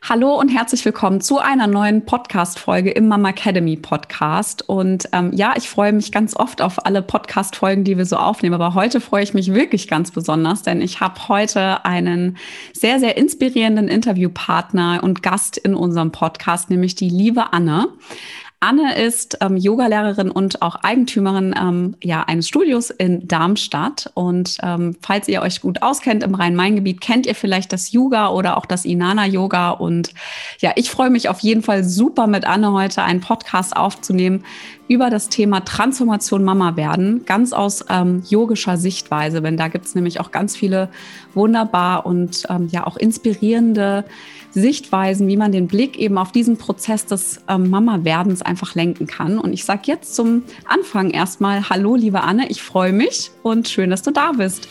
Hallo und herzlich willkommen zu einer neuen Podcast-Folge im Mama Academy Podcast. Und ja, ich freue mich ganz oft auf alle Podcast-Folgen, die wir so aufnehmen. Aber heute freue ich mich wirklich ganz besonders, denn ich habe heute einen sehr, sehr inspirierenden Interviewpartner und Gast in unserem Podcast, nämlich die liebe Anne. Anne ist Yogalehrerin und auch Eigentümerin eines Studios in Darmstadt. Und falls ihr euch gut auskennt im Rhein-Main-Gebiet, kennt ihr vielleicht das Yoga oder auch das Inanna-Yoga. Und ja, ich freue mich auf jeden Fall super mit Anne heute einen Podcast aufzunehmen über das Thema Transformation Mama werden, ganz aus yogischer Sichtweise. Denn da gibt es nämlich auch ganz viele wunderbar und auch inspirierende Sichtweisen, wie man den Blick eben auf diesen Prozess des Mama-Werdens einfach lenken kann. Und ich sage jetzt zum Anfang erstmal Hallo, liebe Anne, ich freue mich und schön, dass du da bist.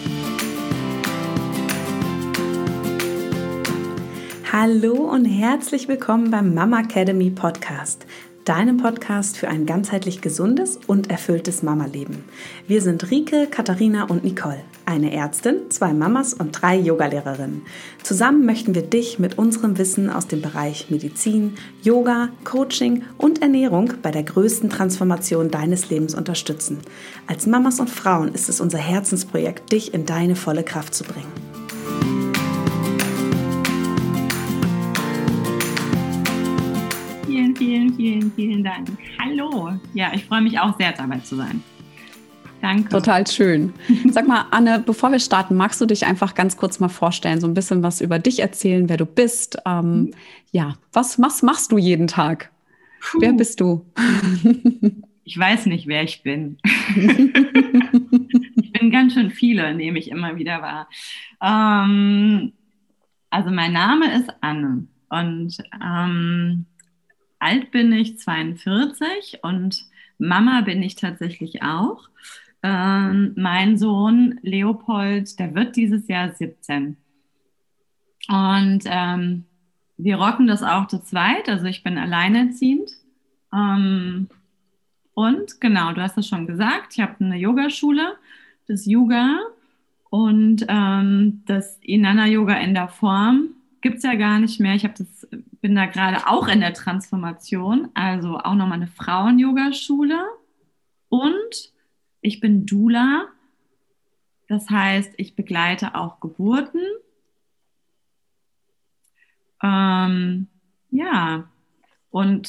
Hallo und herzlich willkommen beim Mama Academy Podcast, deinem Podcast für ein ganzheitlich gesundes und erfülltes Mama-Leben. Wir sind Rike, Katharina und Nicole, eine Ärztin, 2 Mamas und 3 Yogalehrerinnen. Zusammen möchten wir dich mit unserem Wissen aus dem Bereich Medizin, Yoga, Coaching und Ernährung bei der größten Transformation deines Lebens unterstützen. Als Mamas und Frauen ist es unser Herzensprojekt, dich in deine volle Kraft zu bringen. Vielen Dank. Hallo. Ja, ich freue mich auch sehr, dabei zu sein. Danke. Total schön. Sag mal, Anne, bevor wir starten, magst du dich einfach ganz kurz mal vorstellen, so ein bisschen was über dich erzählen, wer du bist? Was machst du jeden Tag? Wer bist du? Ich weiß nicht, wer ich bin. Ich bin ganz schön viele, nehme ich immer wieder wahr. Also mein Name ist Anne und alt bin ich 42 und Mama bin ich tatsächlich auch. Mein Sohn Leopold, der wird dieses Jahr 17. Und wir rocken das auch zu zweit, also ich bin alleinerziehend. Und genau, du hast es schon gesagt, ich habe eine Yogaschule, das Yoga und das Inanna-Yoga in der Form gibt es ja gar nicht mehr. Bin da gerade auch in der Transformation, also auch nochmal eine Frauen-Yoga-Schule und ich bin Doula, das heißt, ich begleite auch Geburten. Und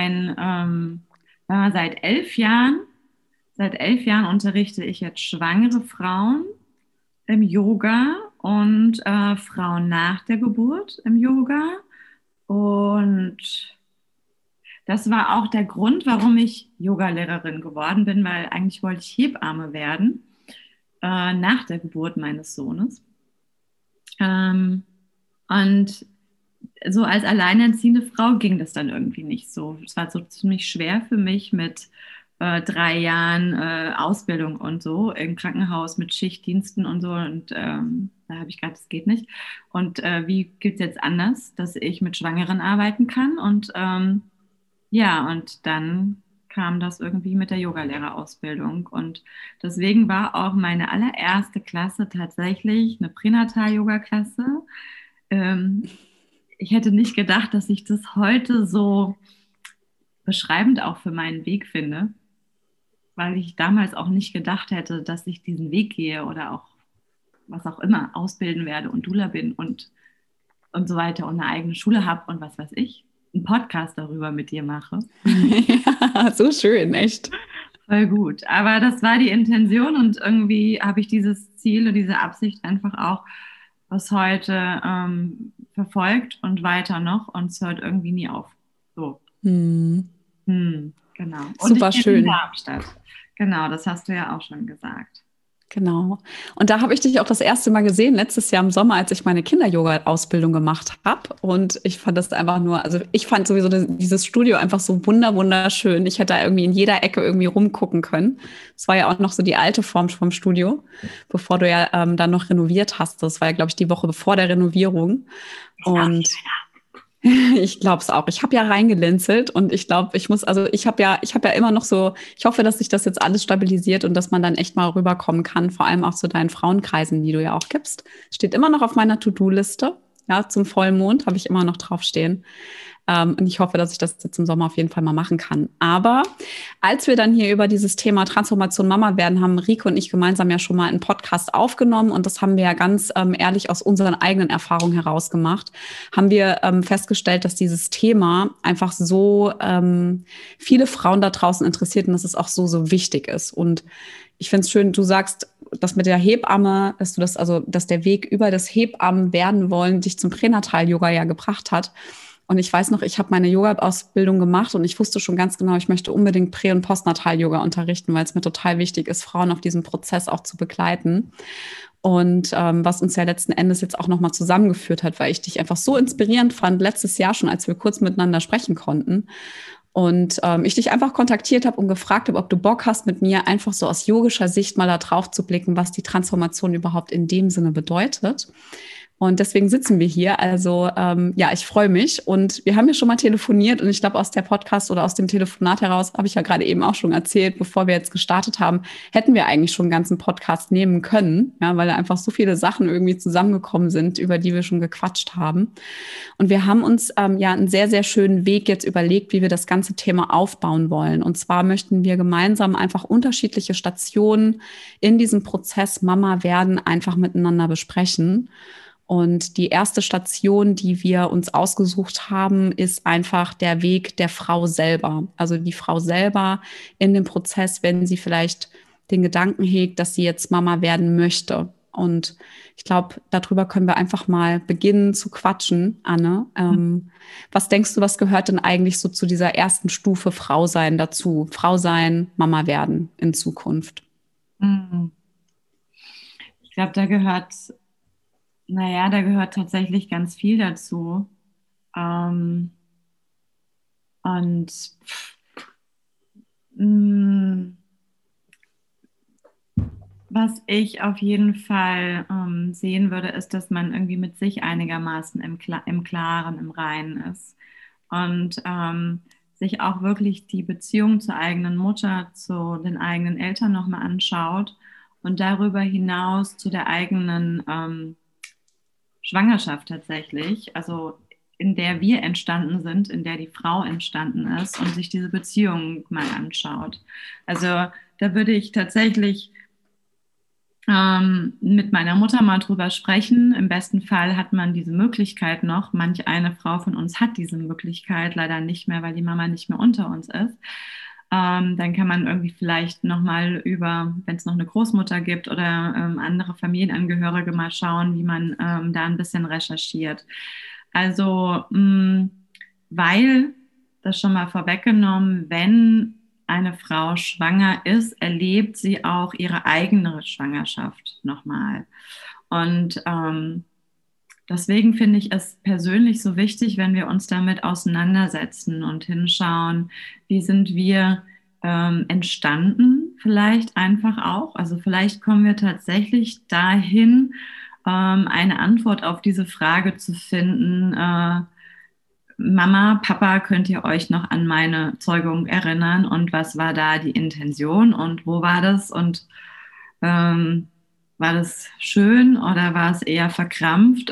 seit 11 Jahren unterrichte ich jetzt schwangere Frauen im Yoga und Frauen nach der Geburt im Yoga. Und das war auch der Grund, warum ich Yogalehrerin geworden bin, weil eigentlich wollte ich Hebamme werden nach der Geburt meines Sohnes. Und so als alleinerziehende Frau ging das dann irgendwie nicht so. Es war so ziemlich schwer für mich mit 3 Jahren Ausbildung und so im Krankenhaus mit Schichtdiensten und so. Und da habe ich gedacht, das geht nicht. Und wie geht es jetzt anders, dass ich mit Schwangeren arbeiten kann? Und und dann kam das irgendwie mit der Yogalehrerausbildung. Und deswegen war auch meine allererste Klasse tatsächlich eine Pränatal-Yoga-Klasse. Ich hätte nicht gedacht, dass ich das heute so beschreibend auch für meinen Weg finde, weil ich damals auch nicht gedacht hätte, dass ich diesen Weg gehe oder auch was auch immer ausbilden werde und Doula bin und so weiter und eine eigene Schule habe und was weiß ich, einen Podcast darüber mit dir mache. Ja, so schön, echt. Voll gut. Aber das war die Intention und irgendwie habe ich dieses Ziel und diese Absicht einfach auch bis heute verfolgt und weiter noch und es hört irgendwie nie auf. So. Genau. Und super ich bin schön. in Darmstadt. Genau, das hast du ja auch schon gesagt. Genau. Und da habe ich dich auch das erste Mal gesehen, letztes Jahr im Sommer, als ich meine Kinder-Yoga-Ausbildung gemacht habe. Und ich fand das einfach nur, also ich fand sowieso dieses Studio einfach so wunderschön. Ich hätte da irgendwie in jeder Ecke irgendwie rumgucken können. Es war ja auch noch so die alte Form vom Studio, bevor du ja dann noch renoviert hast. Das war ja, glaube ich, die Woche bevor der Renovierung. Und ich glaube es auch. Ich habe ja reingelinzelt und ich glaube, ich habe ja immer noch so, ich hoffe, dass sich das jetzt alles stabilisiert und dass man dann echt mal rüberkommen kann, vor allem auch zu deinen Frauenkreisen, die du ja auch gibst. Steht immer noch auf meiner To-Do-Liste. Ja, zum Vollmond habe ich immer noch draufstehen. Und ich hoffe, dass ich das jetzt im Sommer auf jeden Fall mal machen kann. Aber als wir dann hier über dieses Thema Transformation Mama werden, haben Rike und ich gemeinsam ja schon mal einen Podcast aufgenommen. Und das haben wir ja ganz ehrlich aus unseren eigenen Erfahrungen heraus gemacht. Haben wir festgestellt, dass dieses Thema einfach so viele Frauen da draußen interessiert und dass es auch so wichtig ist. Und ich finde es schön, du sagst, das mit der Hebamme, dass der Weg über das Hebammen werden wollen dich zum Pränatal-Yoga ja gebracht hat. Und ich weiß noch, ich habe meine Yoga-Ausbildung gemacht und ich wusste schon ganz genau, ich möchte unbedingt Prä- und Postnatal-Yoga unterrichten, weil es mir total wichtig ist, Frauen auf diesem Prozess auch zu begleiten. Und was uns ja letzten Endes jetzt auch nochmal zusammengeführt hat, weil ich dich einfach so inspirierend fand, letztes Jahr schon, als wir kurz miteinander sprechen konnten. Und ich dich einfach kontaktiert habe und gefragt habe, ob du Bock hast, mit mir einfach so aus yogischer Sicht mal da drauf zu blicken, was die Transformation überhaupt in dem Sinne bedeutet. Und deswegen sitzen wir hier. Also ja, ich freue mich. Und wir haben ja schon mal telefoniert. Und ich glaube, aus der Podcast oder aus dem Telefonat heraus, habe ich ja gerade eben auch schon erzählt, bevor wir jetzt gestartet haben, hätten wir eigentlich schon einen ganzen Podcast nehmen können, ja, weil da einfach so viele Sachen irgendwie zusammengekommen sind, über die wir schon gequatscht haben. Und wir haben uns ja einen sehr schönen Weg jetzt überlegt, wie wir das ganze Thema aufbauen wollen. Und zwar möchten wir gemeinsam einfach unterschiedliche Stationen in diesem Prozess Mama werden einfach miteinander besprechen. Und die erste Station, die wir uns ausgesucht haben, ist einfach der Weg der Frau selber. Also die Frau selber in dem Prozess, wenn sie vielleicht den Gedanken hegt, dass sie jetzt Mama werden möchte. Und ich glaube, darüber können wir einfach mal beginnen zu quatschen, Anne. Was denkst du, was gehört denn eigentlich so zu dieser ersten Stufe Frau sein dazu? Frau sein, Mama werden in Zukunft? Ich glaube, da gehört tatsächlich ganz viel dazu. Und was ich auf jeden Fall sehen würde, ist, dass man irgendwie mit sich einigermaßen im Klaren, im Reinen ist. Und sich auch wirklich die Beziehung zur eigenen Mutter, zu den eigenen Eltern nochmal anschaut und darüber hinaus zu der eigenen Schwangerschaft tatsächlich, also in der wir entstanden sind, in der die Frau entstanden ist und sich diese Beziehung mal anschaut. Also da würde ich tatsächlich mit meiner Mutter mal drüber sprechen. Im besten Fall hat man diese Möglichkeit noch. Manch eine Frau von uns hat diese Möglichkeit, leider nicht mehr, weil die Mama nicht mehr unter uns ist. Dann kann man irgendwie vielleicht nochmal wenn es noch eine Großmutter gibt oder andere Familienangehörige mal schauen, wie man da ein bisschen recherchiert. Also, weil, das schon mal vorweggenommen, wenn eine Frau schwanger ist, erlebt sie auch ihre eigene Schwangerschaft nochmal. Und deswegen finde ich es persönlich so wichtig, wenn wir uns damit auseinandersetzen und hinschauen, wie sind wir entstanden, vielleicht einfach auch. Also vielleicht kommen wir tatsächlich dahin, eine Antwort auf diese Frage zu finden. Mama, Papa, könnt ihr euch noch an meine Zeugung erinnern? Und was war da die Intention? Und wo war das? Und war das schön oder war es eher verkrampft?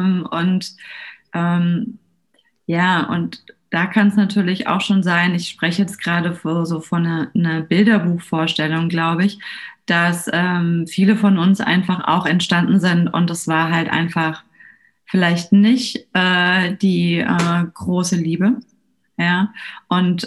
Ja, und da kann es natürlich auch schon sein, ich spreche jetzt gerade von einer Bilderbuchvorstellung, glaube ich, dass viele von uns einfach auch entstanden sind und es war halt einfach vielleicht nicht die große Liebe, ja, und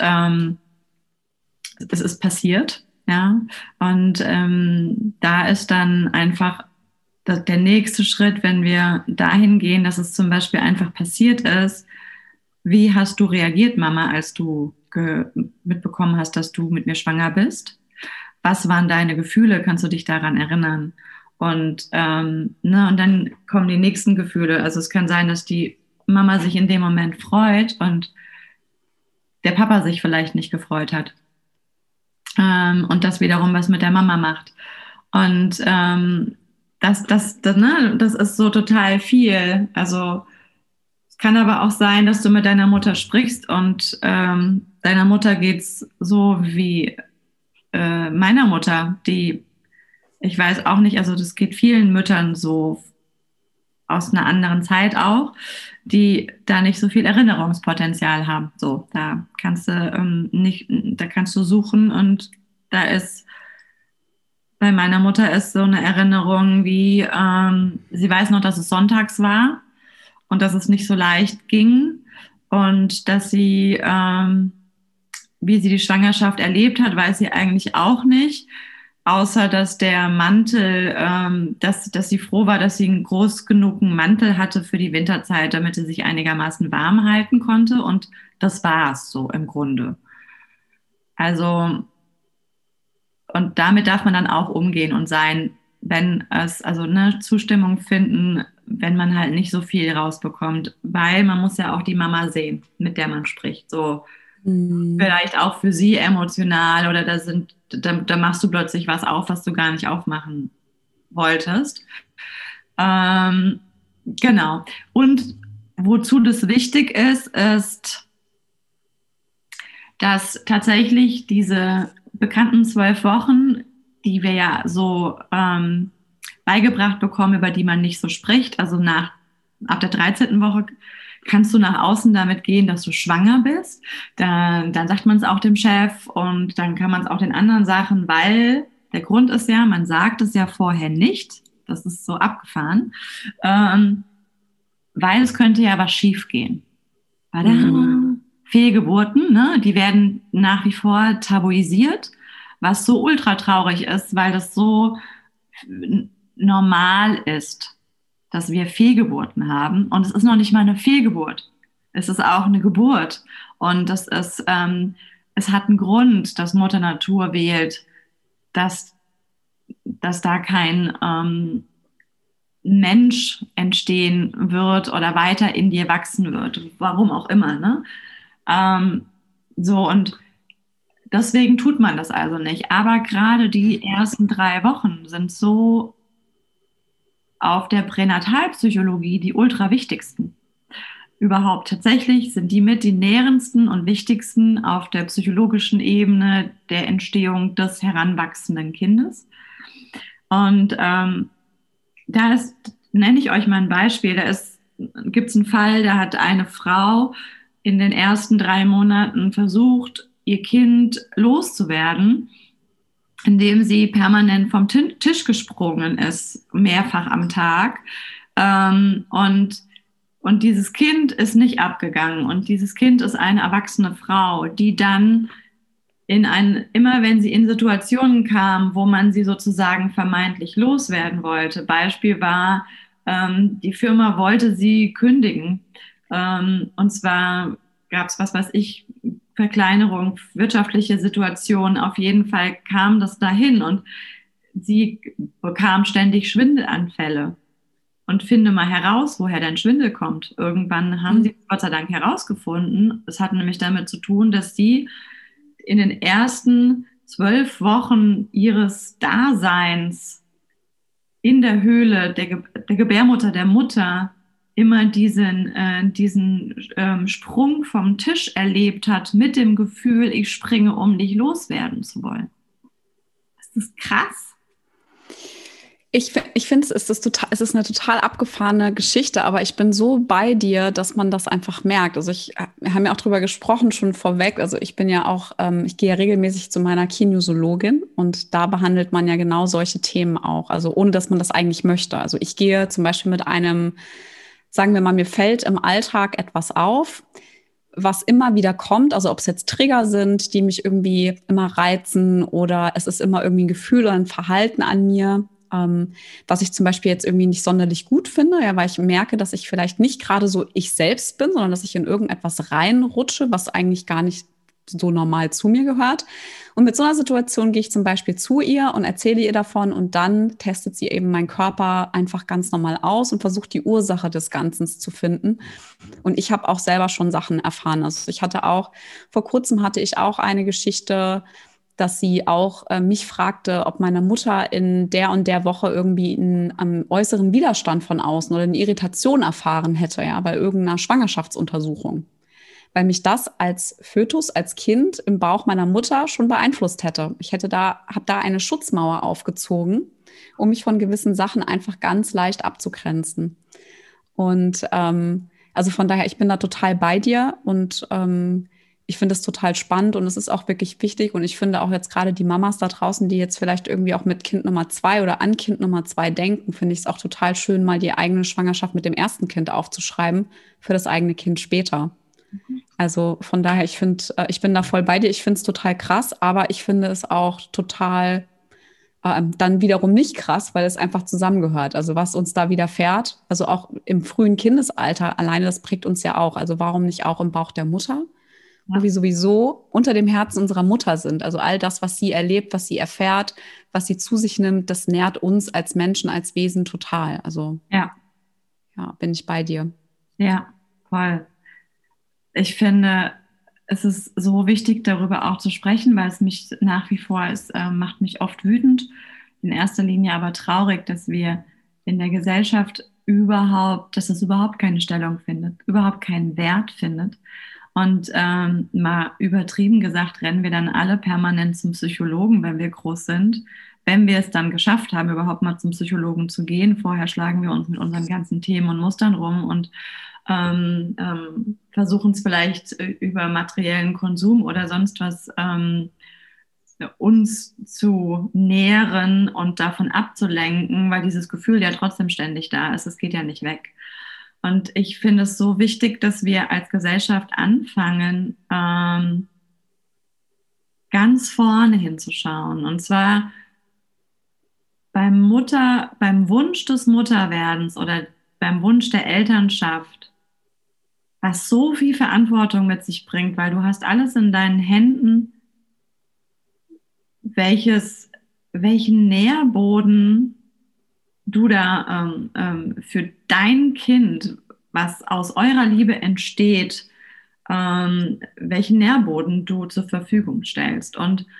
es ist passiert, ja, und da ist dann einfach der nächste Schritt, wenn wir dahin gehen, dass es zum Beispiel einfach passiert ist. Wie hast du reagiert, Mama, als du mitbekommen hast, dass du mit mir schwanger bist? Was waren deine Gefühle? Kannst du dich daran erinnern? Und und dann kommen die nächsten Gefühle. Also es kann sein, dass die Mama sich in dem Moment freut und der Papa sich vielleicht nicht gefreut hat. Und das wiederum was mit der Mama macht. Und das ist so total viel. Also es kann aber auch sein, dass du mit deiner Mutter sprichst und deiner Mutter geht's so wie meiner Mutter, die, ich weiß auch nicht, also das geht vielen Müttern so, aus einer anderen Zeit auch, die da nicht so viel Erinnerungspotenzial haben. So, da kannst du da kannst du suchen und da ist bei meiner Mutter ist so eine Erinnerung wie, sie weiß noch, dass es sonntags war und dass es nicht so leicht ging und dass sie, wie sie die Schwangerschaft erlebt hat, weiß sie eigentlich auch nicht. Außer dass der Mantel, dass sie froh war, dass sie einen groß genugen Mantel hatte für die Winterzeit, damit sie sich einigermaßen warm halten konnte. Und das war es so im Grunde. Also, und damit darf man dann auch umgehen und sein, wenn es, also eine Zustimmung finden, wenn man halt nicht so viel rausbekommt, weil man muss ja auch die Mama sehen, mit der man spricht. So vielleicht auch für sie emotional oder da machst du plötzlich was auf, was du gar nicht aufmachen wolltest. Genau. Und wozu das wichtig ist, dass tatsächlich diese bekannten 12 Wochen, die wir ja so beigebracht bekommen, über die man nicht so spricht, also ab der 13. Woche kannst du nach außen damit gehen, dass du schwanger bist. Dann sagt man es auch dem Chef und dann kann man es auch den anderen sagen, weil der Grund ist ja, man sagt es ja vorher nicht. Das ist so abgefahren. Weil es könnte ja was schief gehen. Fehlgeburten, ne, die werden nach wie vor tabuisiert, was so ultra traurig ist, weil das so normal ist, dass wir Fehlgeburten haben. Und es ist noch nicht mal eine Fehlgeburt. Es ist auch eine Geburt. Und es hat einen Grund, dass Mutter Natur wählt, dass da kein Mensch entstehen wird oder weiter in dir wachsen wird. Warum auch immer, ne? So, und deswegen tut man das also nicht. Aber gerade die ersten 3 Wochen sind so auf der Pränatalpsychologie die ultra wichtigsten. Überhaupt tatsächlich sind die mit die nährendsten und wichtigsten auf der psychologischen Ebene der Entstehung des heranwachsenden Kindes. Und nenne ich euch mal ein Beispiel, gibt es einen Fall, da hat eine Frau in den ersten 3 Monaten versucht, ihr Kind loszuwerden, indem sie permanent vom Tisch gesprungen ist, mehrfach am Tag. Und dieses Kind ist nicht abgegangen. Und dieses Kind ist eine erwachsene Frau, die dann immer wenn sie in Situationen kam, wo man sie sozusagen vermeintlich loswerden wollte. Beispiel war, die Firma wollte sie kündigen. Und zwar gab es Verkleinerung, wirtschaftliche Situation. Auf jeden Fall kam das dahin und sie bekam ständig Schwindelanfälle. Und finde mal heraus, woher dein Schwindel kommt. Irgendwann haben sie Gott sei Dank herausgefunden. Es hat nämlich damit zu tun, dass sie in den ersten 12 Wochen ihres Daseins in der Höhle der Gebärmutter der Mutter immer diesen Sprung vom Tisch erlebt hat mit dem Gefühl, ich springe, um dich loswerden zu wollen. Das ist krass. Ich finde, es ist eine total abgefahrene Geschichte, aber ich bin so bei dir, dass man das einfach merkt. Also wir haben ja auch drüber gesprochen schon vorweg. Also ich bin ja auch, ich gehe ja regelmäßig zu meiner Kinesiologin und da behandelt man ja genau solche Themen auch. Also ohne, dass man das eigentlich möchte. Also ich gehe zum Beispiel mit sagen wir mal, mir fällt im Alltag etwas auf, was immer wieder kommt, also ob es jetzt Trigger sind, die mich irgendwie immer reizen oder es ist immer irgendwie ein Gefühl oder ein Verhalten an mir, was ich zum Beispiel jetzt irgendwie nicht sonderlich gut finde, ja, weil ich merke, dass ich vielleicht nicht gerade so ich selbst bin, sondern dass ich in irgendetwas reinrutsche, was eigentlich gar nicht so normal zu mir gehört. Und mit so einer Situation gehe ich zum Beispiel zu ihr und erzähle ihr davon und dann testet sie eben meinen Körper einfach ganz normal aus und versucht die Ursache des Ganzen zu finden. Und ich habe auch selber schon Sachen erfahren. Also vor kurzem hatte ich auch eine Geschichte, dass sie auch mich fragte, ob meine Mutter in der und der Woche irgendwie einen äußeren Widerstand von außen oder eine Irritation erfahren hätte, ja, bei irgendeiner Schwangerschaftsuntersuchung. Weil mich das als Fötus, als Kind im Bauch meiner Mutter schon beeinflusst hätte. Ich habe da eine Schutzmauer aufgezogen, um mich von gewissen Sachen einfach ganz leicht abzugrenzen. Und also von daher, ich bin da total bei dir und ich finde es total spannend und es ist auch wirklich wichtig. Und ich finde auch jetzt gerade die Mamas da draußen, die jetzt vielleicht irgendwie auch mit Kind Nummer 2 oder an Kind Nummer 2 denken, finde ich es auch total schön, mal die eigene Schwangerschaft mit dem ersten Kind aufzuschreiben für das eigene Kind später. Also von daher, ich bin da voll bei dir. Ich finde es total krass, aber ich finde es auch total dann wiederum nicht krass, weil es einfach zusammengehört. Also was uns da widerfährt, also auch im frühen Kindesalter, alleine das prägt uns ja auch. Also warum nicht auch im Bauch der Mutter, wo Ja, wir sowieso unter dem Herzen unserer Mutter sind. Also all das, was sie erlebt, was sie erfährt, was sie zu sich nimmt, das nährt uns als Menschen, als Wesen total. Also ja, ja, bin ich bei dir. ja, voll. Ich finde, es ist so wichtig, darüber auch zu sprechen, weil es mich nach wie vor, macht mich oft wütend, in erster Linie aber traurig, dass wir in der Gesellschaft dass es überhaupt keine Stellung findet, überhaupt keinen Wert findet. Und mal übertrieben gesagt, rennen wir dann alle permanent zum Psychologen, wenn wir groß sind. Wenn wir es dann geschafft haben, überhaupt mal zum Psychologen zu gehen, vorher schlagen wir uns mit unseren ganzen Themen und Mustern rum und versuchen es vielleicht über materiellen Konsum oder sonst was uns zu nähren und davon abzulenken, weil dieses Gefühl ja trotzdem ständig da ist. Es geht ja nicht weg. Und ich finde es so wichtig, dass wir als Gesellschaft anfangen, ganz vorne hinzuschauen. Und zwar beim Wunsch des Mutterwerdens oder beim Wunsch der Elternschaft, was so viel Verantwortung mit sich bringt, weil du hast alles in deinen Händen, welchen Nährboden du da für dein Kind, was aus eurer Liebe entsteht, welchen Nährboden du zur Verfügung stellst.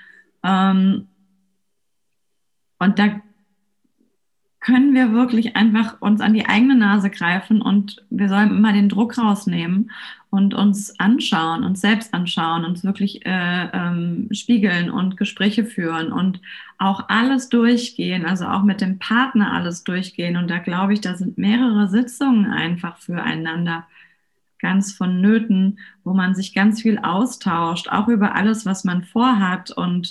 Und da können wir wirklich einfach uns an die eigene Nase greifen und wir sollen immer den Druck rausnehmen und uns anschauen, uns selbst anschauen, uns wirklich spiegeln und Gespräche führen und auch alles durchgehen, also auch mit dem Partner alles durchgehen. Und da glaube ich, da sind mehrere Sitzungen einfach füreinander ganz vonnöten, wo man sich ganz viel austauscht, auch über alles, was man vorhat und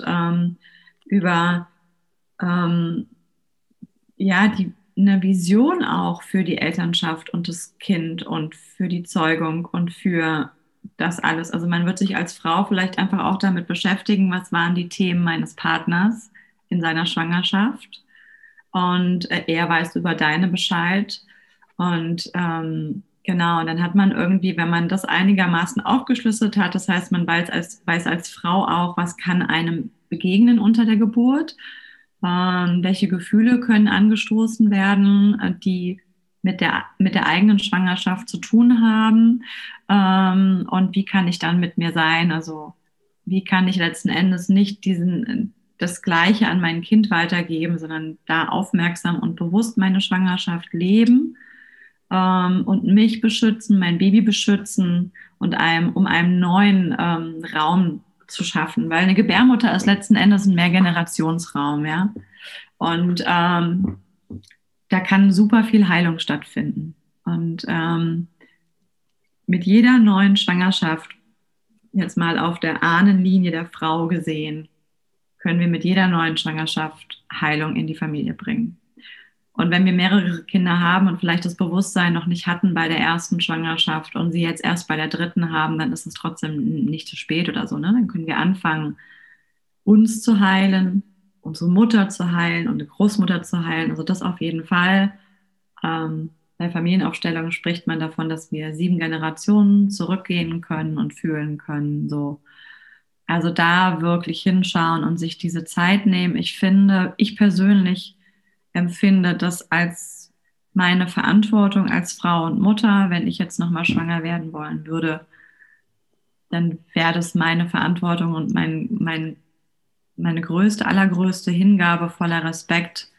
über ähm, ja, eine Vision auch für die Elternschaft und das Kind und für die Zeugung und für das alles. Also man wird sich als Frau vielleicht einfach auch damit beschäftigen, was waren die Themen meines Partners in seiner Schwangerschaft. Und er weiß über deine Bescheid. Und genau, und dann hat man irgendwie, wenn man das einigermaßen aufgeschlüsselt hat, das heißt, man weiß als Frau auch, was kann einem begegnen unter der Geburt, welche Gefühle können angestoßen werden, die mit der eigenen Schwangerschaft zu tun haben, und wie kann ich dann mit mir sein? Also wie kann ich letzten Endes nicht das Gleiche an mein Kind weitergeben, sondern da aufmerksam und bewusst meine Schwangerschaft leben, und mich beschützen, mein Baby beschützen und um einen neuen Raum zu schaffen, weil eine Gebärmutter ist letzten Endes ein Mehrgenerationsraum, ja. Und da kann super viel Heilung stattfinden. Und mit jeder neuen Schwangerschaft, jetzt mal auf der Ahnenlinie der Frau gesehen, können wir mit jeder neuen Schwangerschaft Heilung in die Familie bringen. Und wenn wir mehrere Kinder haben und vielleicht das Bewusstsein noch nicht hatten bei der ersten Schwangerschaft und sie jetzt erst bei der dritten haben, dann ist es trotzdem nicht zu spät oder so, ne? Dann können wir anfangen, uns zu heilen, unsere Mutter zu heilen und eine Großmutter zu heilen. Also das auf jeden Fall. Bei Familienaufstellungen spricht man davon, dass wir 7 Generationen zurückgehen können und fühlen können. So. Also da wirklich hinschauen und sich diese Zeit nehmen. Ich persönlich empfinde das als meine Verantwortung als Frau und Mutter. Wenn ich jetzt nochmal schwanger werden wollen würde, dann wäre das meine Verantwortung und meine allergrößte Hingabe, voller Respekt,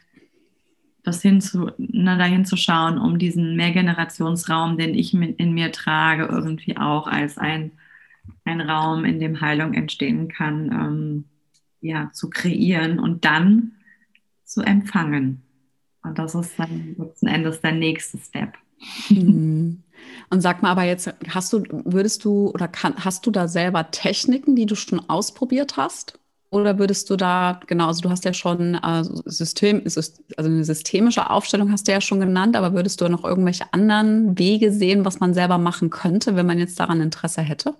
dahin zu schauen, um diesen Mehrgenerationsraum, den ich in mir trage, irgendwie auch als ein Raum, in dem Heilung entstehen kann, ja, zu kreieren und dann zu empfangen. Und das ist dann letzten Endes der nächste Step. Mhm. Und sag mal, aber jetzt hast du da selber Techniken, die du schon ausprobiert hast? Oder würdest du da, genau, also du hast ja schon also eine systemische Aufstellung hast du ja schon genannt, aber würdest du noch irgendwelche anderen Wege sehen, was man selber machen könnte, wenn man jetzt daran Interesse hätte?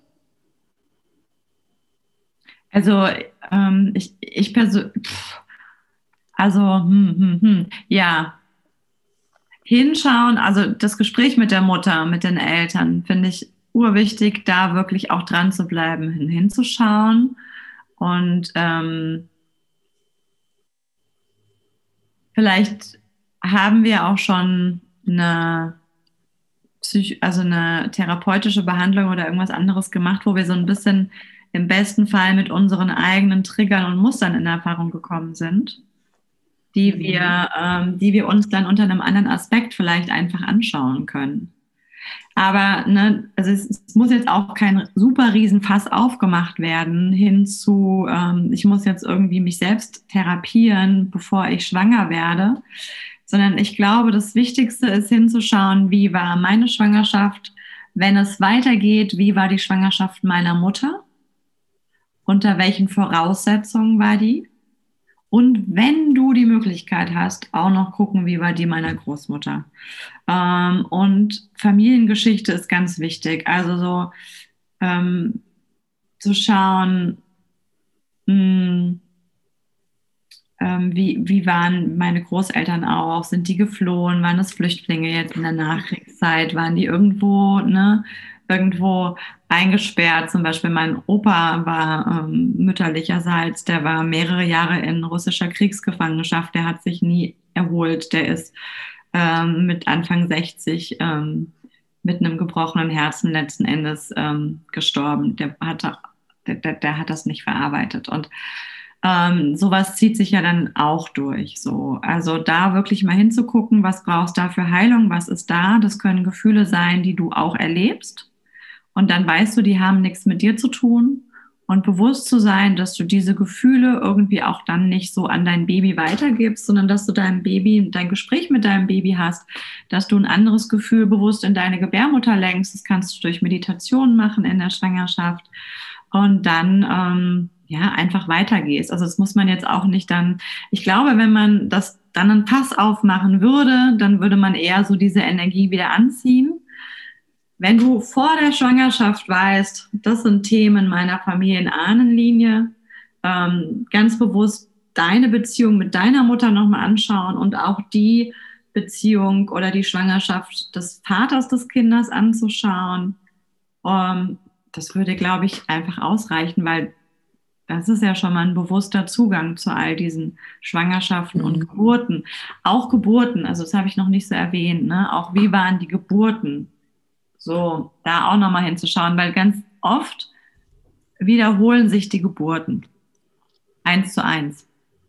Also ich persönlich, also ja, hinschauen, also das Gespräch mit der Mutter, mit den Eltern, finde ich urwichtig, da wirklich auch dran zu bleiben, hinzuschauen. Und vielleicht haben wir auch schon also eine therapeutische Behandlung oder irgendwas anderes gemacht, wo wir so ein bisschen im besten Fall mit unseren eigenen Triggern und Mustern in Erfahrung gekommen sind, die wir uns dann unter einem anderen Aspekt vielleicht einfach anschauen können. Aber ne, also es muss jetzt auch kein super Riesenfass aufgemacht werden hinzu, ich muss jetzt irgendwie mich selbst therapieren, bevor ich schwanger werde, sondern ich glaube, das Wichtigste ist hinzuschauen, wie war meine Schwangerschaft, wenn es weitergeht, wie war die Schwangerschaft meiner Mutter, unter welchen Voraussetzungen war die? Und wenn du die Möglichkeit hast, auch noch gucken, wie war die meiner Großmutter. Und Familiengeschichte ist ganz wichtig. Also so zu schauen, mh, wie waren meine Großeltern auch? Sind die geflohen? Waren es Flüchtlinge jetzt in der Nachkriegszeit? Waren die irgendwo, ne, irgendwo eingesperrt? Zum Beispiel mein Opa war mütterlicherseits, der war mehrere Jahre in russischer Kriegsgefangenschaft, der hat sich nie erholt, der ist mit Anfang 60 mit einem gebrochenen Herzen letzten Endes gestorben. Der hat das nicht verarbeitet. Und sowas zieht sich ja dann auch durch. So. Also da wirklich mal hinzugucken, was brauchst du da für Heilung, was ist da. Das können Gefühle sein, die du auch erlebst. Und dann weißt du, die haben nichts mit dir zu tun. Und bewusst zu sein, dass du diese Gefühle irgendwie auch dann nicht so an dein Baby weitergibst, sondern dass du dein Gespräch mit deinem Baby hast, dass du ein anderes Gefühl bewusst in deine Gebärmutter lenkst. Das kannst du durch Meditation machen in der Schwangerschaft. Und dann ja, einfach weitergehst. Also das muss man jetzt auch nicht dann, ich glaube, wenn man das dann einen Pass aufmachen würde, dann würde man eher so diese Energie wieder anziehen. Wenn du vor der Schwangerschaft weißt, das sind Themen meiner Familienahnenlinie, ganz bewusst deine Beziehung mit deiner Mutter nochmal anschauen und auch die Beziehung oder die Schwangerschaft des Vaters des Kindes anzuschauen. Das würde, glaube ich, einfach ausreichen, weil das ist ja schon mal ein bewusster Zugang zu all diesen Schwangerschaften und Geburten. Auch Geburten, also das habe ich noch nicht so erwähnt, ne? Auch wie waren die Geburten? So, da auch nochmal hinzuschauen, weil ganz oft wiederholen sich die Geburten. 1:1.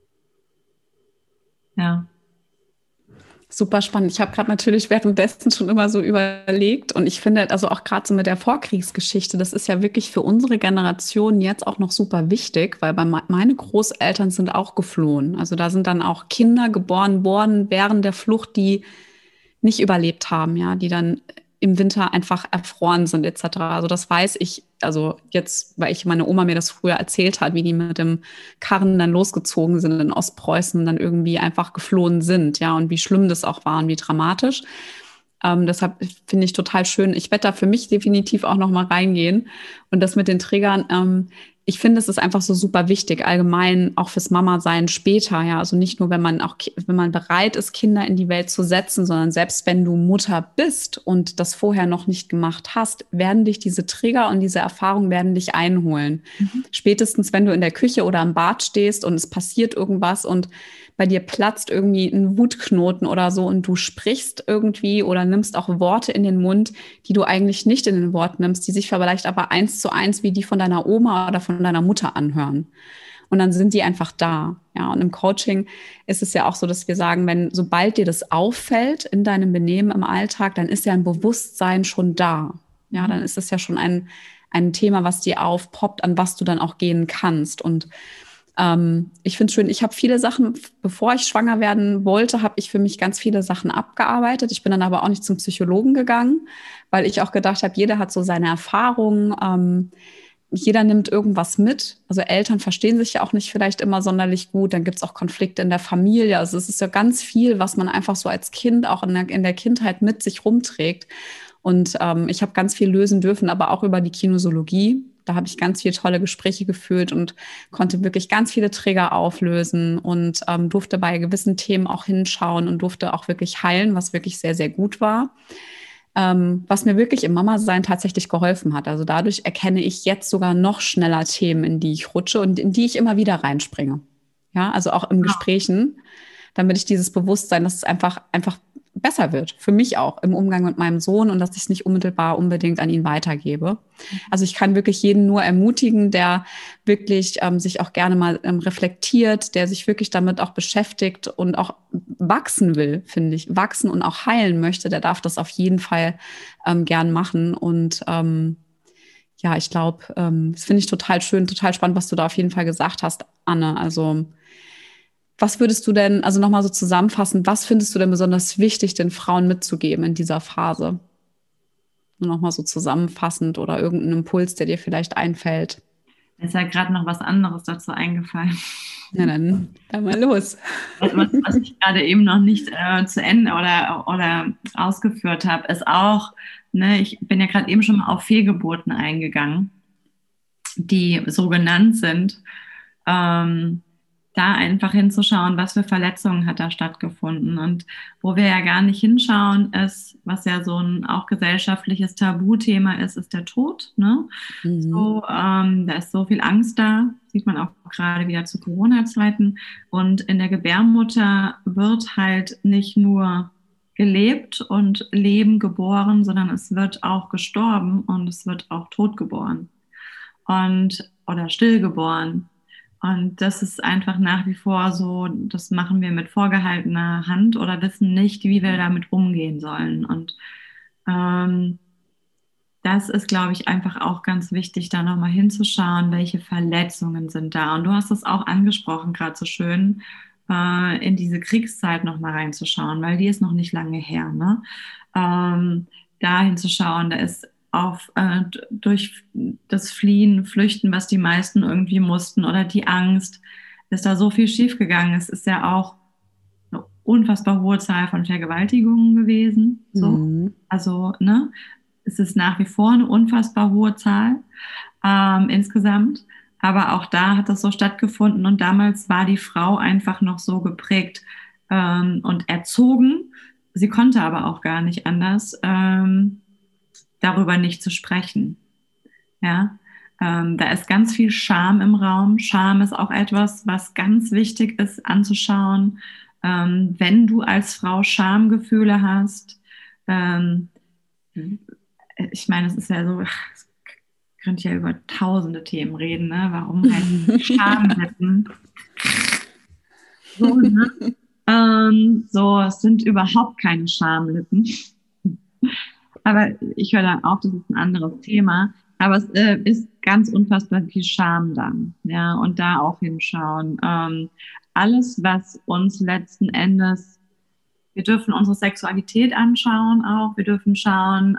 Ja. Super spannend. Ich habe gerade natürlich währenddessen schon immer so überlegt und ich finde, also auch gerade so mit der Vorkriegsgeschichte, das ist ja wirklich für unsere Generation jetzt auch noch super wichtig, weil meine Großeltern sind auch geflohen. Also da sind dann auch Kinder geboren worden während der Flucht, die nicht überlebt haben, ja, die dann im Winter einfach erfroren sind etc. Also das weiß ich, also jetzt, weil meine Oma mir das früher erzählt hat, wie die mit dem Karren dann losgezogen sind in Ostpreußen und dann irgendwie einfach geflohen sind, ja, und wie schlimm das auch war und wie dramatisch. Deshalb finde ich total schön. Ich werde da für mich definitiv auch noch mal reingehen. Und das mit den Triggern, ich finde, es ist einfach so super wichtig, allgemein auch fürs Mama-Sein später. Ja, also nicht nur, wenn man bereit ist, Kinder in die Welt zu setzen, sondern selbst wenn du Mutter bist und das vorher noch nicht gemacht hast, werden dich diese Trigger und diese Erfahrungen werden dich einholen. Spätestens, wenn du in der Küche oder im Bad stehst und es passiert irgendwas und bei dir platzt irgendwie ein Wutknoten oder so und du sprichst irgendwie oder nimmst auch Worte in den Mund, die du eigentlich nicht in den Wort nimmst, die sich vielleicht aber 1:1 wie die von deiner Oma oder von deiner Mutter anhören. Und dann sind die einfach da. Ja, und im Coaching ist es ja auch so, dass wir sagen, sobald dir das auffällt in deinem Benehmen im Alltag, dann ist ja ein Bewusstsein schon da. Ja, dann ist es ja schon ein Thema, was dir aufpoppt, an was du dann auch gehen kannst. Und Ich finde es schön, ich habe viele Sachen, bevor ich schwanger werden wollte, habe ich für mich ganz viele Sachen abgearbeitet. Ich bin dann aber auch nicht zum Psychologen gegangen, weil ich auch gedacht habe, jeder hat so seine Erfahrungen. Jeder nimmt irgendwas mit. Also Eltern verstehen sich ja auch nicht vielleicht immer sonderlich gut. Dann gibt es auch Konflikte in der Familie. Also es ist ja ganz viel, was man einfach so als Kind auch in der Kindheit mit sich rumträgt. Und ich habe ganz viel lösen dürfen, aber auch über die Kinesiologie. Da habe ich ganz viele tolle Gespräche geführt und konnte wirklich ganz viele Trigger auflösen und durfte bei gewissen Themen auch hinschauen und durfte auch wirklich heilen, was wirklich sehr, sehr gut war. Was mir wirklich im Mama-Sein tatsächlich geholfen hat. Also dadurch erkenne ich jetzt sogar noch schneller Themen, in die ich rutsche und in die ich immer wieder reinspringe. Ja, also auch im Gesprächen, damit ich dieses Bewusstsein, dass es einfach besser wird. Für mich auch im Umgang mit meinem Sohn und dass ich es nicht unmittelbar unbedingt an ihn weitergebe. Also ich kann wirklich jeden nur ermutigen, der wirklich sich auch gerne mal reflektiert, der sich wirklich damit auch beschäftigt und auch wachsen will, finde ich, wachsen und auch heilen möchte, der darf das auf jeden Fall gern machen. Und ja, ich glaube, das finde ich total schön, total spannend, was du da auf jeden Fall gesagt hast, Anne. Also was würdest du denn, also nochmal so zusammenfassen, was findest du denn besonders wichtig, den Frauen mitzugeben in dieser Phase? Nur nochmal so zusammenfassend oder irgendein Impuls, der dir vielleicht einfällt. Mir ist ja gerade noch was anderes dazu eingefallen. Ja, dann mal los. Was ich gerade eben noch nicht zu Ende oder ausgeführt habe, ist auch, ne, ich bin ja gerade eben schon mal auf Fehlgeburten eingegangen, die so genannt sind. Da einfach hinzuschauen, was für Verletzungen hat da stattgefunden. Und wo wir ja gar nicht hinschauen, ist, was ja so ein auch gesellschaftliches Tabuthema ist, ist der Tod. Ne? So, da ist so viel Angst da, sieht man auch gerade wieder zu Corona-Zeiten. Und in der Gebärmutter wird halt nicht nur gelebt und Leben geboren, sondern es wird auch gestorben und es wird auch tot geboren oder stillgeboren. Und das ist einfach nach wie vor so, das machen wir mit vorgehaltener Hand oder wissen nicht, wie wir damit umgehen sollen. Und das ist, glaube ich, einfach auch ganz wichtig, da nochmal hinzuschauen, welche Verletzungen sind da. Und du hast es auch angesprochen, gerade so schön, in diese Kriegszeit nochmal reinzuschauen, weil die ist noch nicht lange her. Ne? Da hinzuschauen, da ist durch das Fliehen, Flüchten, was die meisten irgendwie mussten oder die Angst, ist da so viel schiefgegangen. Es ist ja auch eine unfassbar hohe Zahl von Vergewaltigungen gewesen. So. Also, ne, es ist nach wie vor eine unfassbar hohe Zahl insgesamt. Aber auch da hat das so stattgefunden und damals war die Frau einfach noch so geprägt und erzogen. Sie konnte aber auch gar nicht anders. Darüber nicht zu sprechen. Ja, da ist ganz viel Scham im Raum. Scham ist auch etwas, was ganz wichtig ist anzuschauen. Wenn du als Frau Schamgefühle hast, ich meine, es ist ja so, ich könnte ja über tausende Themen reden, ne? Warum halt Schamlippen? So, ne? So, es sind überhaupt keine Schamlippen. Aber ich höre dann auf, das ist ein anderes Thema. Aber es ist ganz unfassbar viel Scham dann. Ja, und da auch hinschauen. Alles, was uns letzten Endes, wir dürfen unsere Sexualität anschauen auch. Wir dürfen schauen,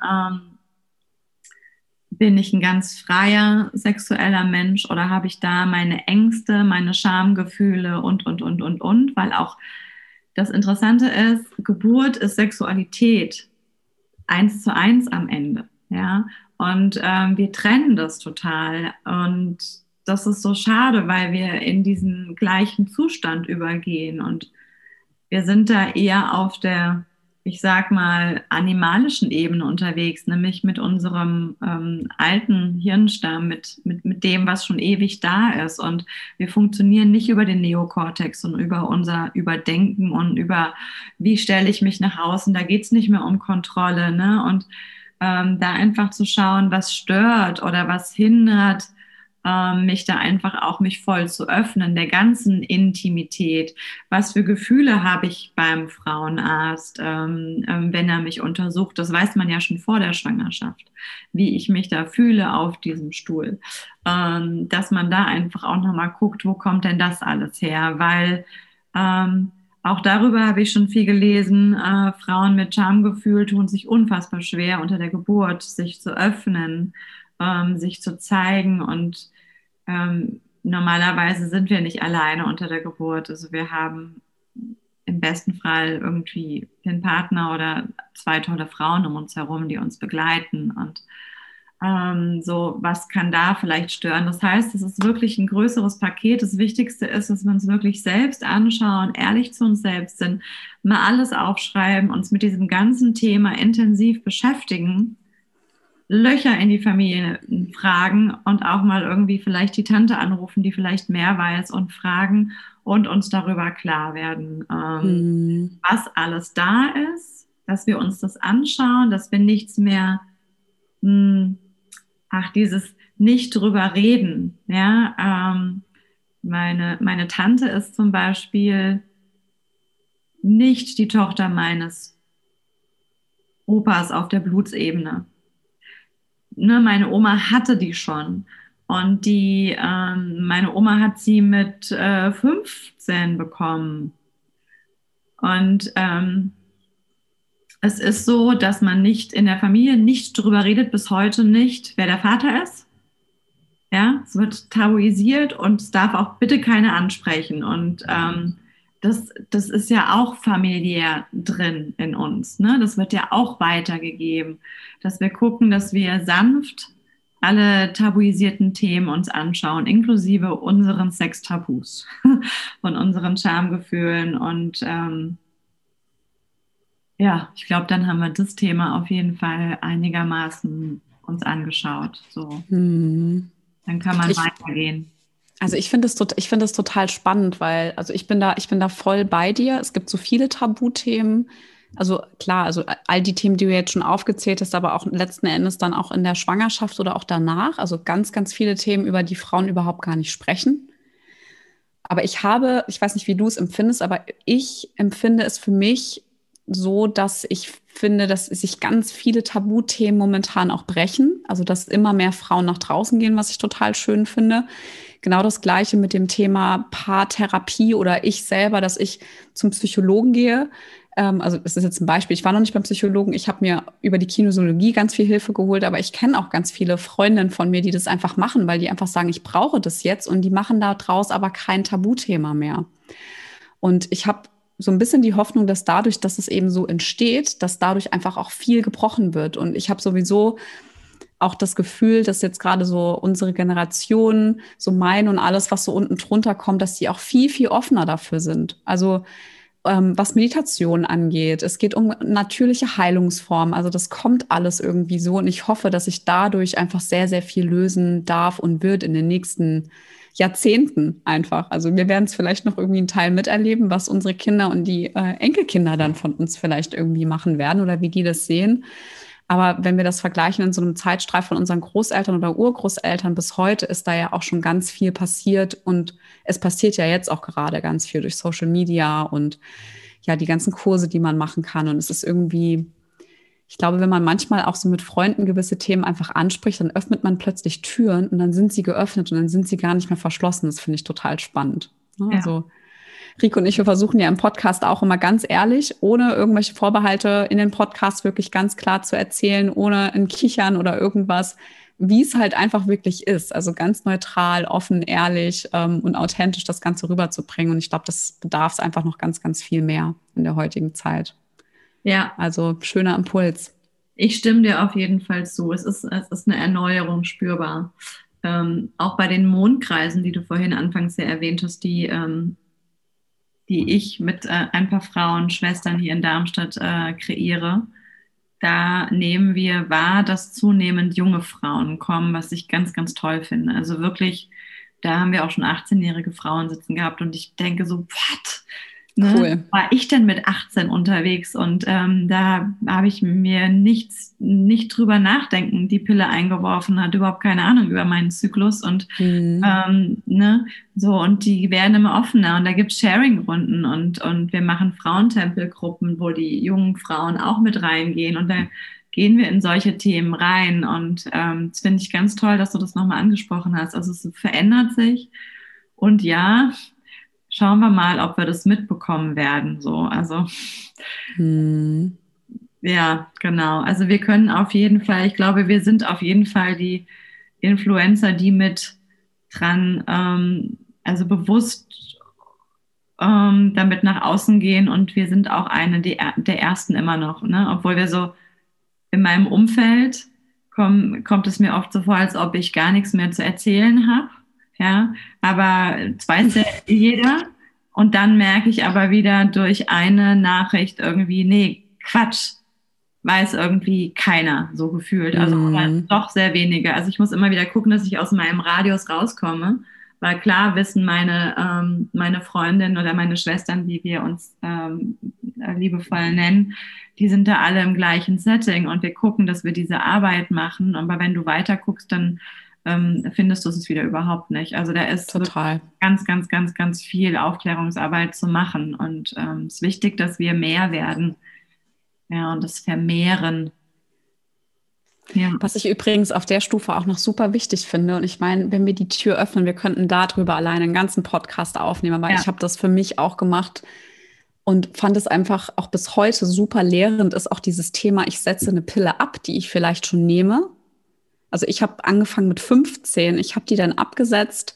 bin ich ein ganz freier sexueller Mensch oder habe ich da meine Ängste, meine Schamgefühle und. Weil auch das Interessante ist, Geburt ist Sexualität. 1:1 am Ende, ja, und wir trennen das total und das ist so schade, weil wir in diesen gleichen Zustand übergehen und wir sind da eher auf der, ich sag mal, animalischen Ebene unterwegs, nämlich mit unserem alten Hirnstamm, mit dem, was schon ewig da ist und wir funktionieren nicht über den Neokortex und über unser Überdenken und über, wie stelle ich mich nach außen, da geht es nicht mehr um Kontrolle, ne? Und da einfach zu schauen, was stört oder was hindert mich da einfach auch mich voll zu öffnen, der ganzen Intimität. Was für Gefühle habe ich beim Frauenarzt, wenn er mich untersucht? Das weiß man ja schon vor der Schwangerschaft, wie ich mich da fühle auf diesem Stuhl. Dass man da einfach auch nochmal guckt, wo kommt denn das alles her? Weil auch darüber habe ich schon viel gelesen. Frauen mit Schamgefühl tun sich unfassbar schwer unter der Geburt, sich zu öffnen, sich zu zeigen. Und normalerweise sind wir nicht alleine unter der Geburt. Also wir haben im besten Fall irgendwie den Partner oder 2 tolle Frauen um uns herum, die uns begleiten. Und so, was kann da vielleicht stören? Das heißt, es ist wirklich ein größeres Paket. Das Wichtigste ist, dass wir uns wirklich selbst anschauen, ehrlich zu uns selbst sind, mal alles aufschreiben, uns mit diesem ganzen Thema intensiv beschäftigen, Löcher in die Familie fragen und auch mal irgendwie vielleicht die Tante anrufen, die vielleicht mehr weiß und fragen und uns darüber klar werden, was alles da ist, dass wir uns das anschauen, dass wir nichts mehr dieses nicht drüber reden. Ja? Meine Tante ist zum Beispiel nicht die Tochter meines Opas auf der Blutsebene. Ne, meine Oma hatte die schon. Und meine Oma hat sie mit 15 bekommen. Und es ist so, dass man nicht in der Familie nicht drüber redet, bis heute nicht, wer der Vater ist. Ja, es wird tabuisiert und es darf auch bitte keiner ansprechen. Und das ist ja auch familiär drin in uns. Ne? Das wird ja auch weitergegeben, dass wir gucken, dass wir sanft alle tabuisierten Themen uns anschauen, inklusive unseren Sextabus und unseren Schamgefühlen. Und ich glaube, dann haben wir das Thema auf jeden Fall einigermaßen uns angeschaut. So. Dann kann man weitergehen. Also ich finde es total spannend, weil also ich bin da voll bei dir. Es gibt so viele Tabuthemen. Also klar, also all die Themen, die du jetzt schon aufgezählt hast, aber auch letzten Endes dann auch in der Schwangerschaft oder auch danach. Also ganz, ganz viele Themen, über die Frauen überhaupt gar nicht sprechen. Aber ich weiß nicht, wie du es empfindest, aber ich empfinde es für mich so, dass ich finde, dass sich ganz viele Tabuthemen momentan auch brechen. Also dass immer mehr Frauen nach draußen gehen, was ich total schön finde. Genau das Gleiche mit dem Thema Paartherapie oder ich selber, dass ich zum Psychologen gehe. Also das ist jetzt ein Beispiel. Ich war noch nicht beim Psychologen. Ich habe mir über die Kinesiologie ganz viel Hilfe geholt, aber ich kenne auch ganz viele Freundinnen von mir, die das einfach machen, weil die einfach sagen, ich brauche das jetzt und die machen da draus aber kein Tabuthema mehr. Und ich habe so ein bisschen die Hoffnung, dass dadurch, dass es eben so entsteht, dass dadurch einfach auch viel gebrochen wird. Und ich habe sowieso auch das Gefühl, dass jetzt gerade so unsere Generation, so mein und alles, was so unten drunter kommt, dass die auch viel, viel offener dafür sind. Also was Meditation angeht. Es geht um natürliche Heilungsformen. Also das kommt alles irgendwie so. Und ich hoffe, dass ich dadurch einfach sehr, sehr viel lösen darf und wird in den nächsten Jahrzehnten einfach. Also wir werden es vielleicht noch irgendwie einen Teil miterleben, was unsere Kinder und die Enkelkinder dann von uns vielleicht irgendwie machen werden oder wie die das sehen. Aber wenn wir das vergleichen in so einem Zeitstreif von unseren Großeltern oder Urgroßeltern bis heute, ist da ja auch schon ganz viel passiert. Und es passiert ja jetzt auch gerade ganz viel durch Social Media und ja, die ganzen Kurse, die man machen kann. Und es ist irgendwie, ich glaube, wenn man manchmal auch so mit Freunden gewisse Themen einfach anspricht, dann öffnet man plötzlich Türen und dann sind sie geöffnet und dann sind sie gar nicht mehr verschlossen. Das finde ich total spannend. Ja. Also Rico und ich, wir versuchen ja im Podcast auch immer ganz ehrlich, ohne irgendwelche Vorbehalte in den Podcast wirklich ganz klar zu erzählen, ohne ein Kichern oder irgendwas, wie es halt einfach wirklich ist. Also ganz neutral, offen, ehrlich und authentisch das Ganze rüberzubringen. Und ich glaube, das bedarf es einfach noch ganz, ganz viel mehr in der heutigen Zeit. Ja. Also schöner Impuls. Ich stimme dir auf jeden Fall zu. Es ist eine Erneuerung spürbar. Auch bei den Mondkreisen, die du vorhin anfangs ja erwähnt hast, die ich mit ein paar Frauen, Schwestern hier in Darmstadt kreiere, da nehmen wir wahr, dass zunehmend junge Frauen kommen, was ich ganz, ganz toll finde. Also wirklich, da haben wir auch schon 18-jährige Frauen sitzen gehabt und ich denke so, what? Ne? Cool. War ich denn mit 18 unterwegs und da habe ich mir nicht drüber nachdenken, die Pille eingeworfen, hatte überhaupt keine Ahnung über meinen Zyklus und ne, so, und die werden immer offener und da gibt es Sharing-Runden und wir machen Frauentempelgruppen, wo die jungen Frauen auch mit reingehen und da gehen wir in solche Themen rein und das finde ich ganz toll, dass du das nochmal angesprochen hast. Also es verändert sich und ja, schauen wir mal, ob wir das mitbekommen werden. So, also ja, genau. Also wir können auf jeden Fall, ich glaube, wir sind auf jeden Fall die Influencer, die mit dran, also bewusst damit nach außen gehen und wir sind auch eine der ersten immer noch, ne? Obwohl wir so in meinem Umfeld kommt es mir oft so vor, als ob ich gar nichts mehr zu erzählen habe. Ja, aber das weiß ja jeder. Und dann merke ich aber wieder durch eine Nachricht irgendwie, nee, Quatsch, weiß irgendwie keiner so gefühlt. Also oder doch sehr wenige. Also ich muss immer wieder gucken, dass ich aus meinem Radius rauskomme. Weil klar wissen meine Freundin oder meine Schwestern, wie wir uns liebevoll nennen, die sind da alle im gleichen Setting und wir gucken, dass wir diese Arbeit machen. Aber wenn du weiter guckst, dann findest du es wieder überhaupt nicht. Also da ist total ganz, ganz, ganz, ganz viel Aufklärungsarbeit zu machen. Und es ist wichtig, dass wir mehr werden. Ja, und das Vermehren. Ja. Was ich übrigens auf der Stufe auch noch super wichtig finde. Und ich meine, wenn wir die Tür öffnen, wir könnten darüber alleine einen ganzen Podcast aufnehmen. Aber ich habe das für mich auch gemacht und fand es einfach auch bis heute super lehrend, ist auch dieses Thema, ich setze eine Pille ab, die ich vielleicht schon nehme. Also ich habe angefangen mit 15, ich habe die dann abgesetzt.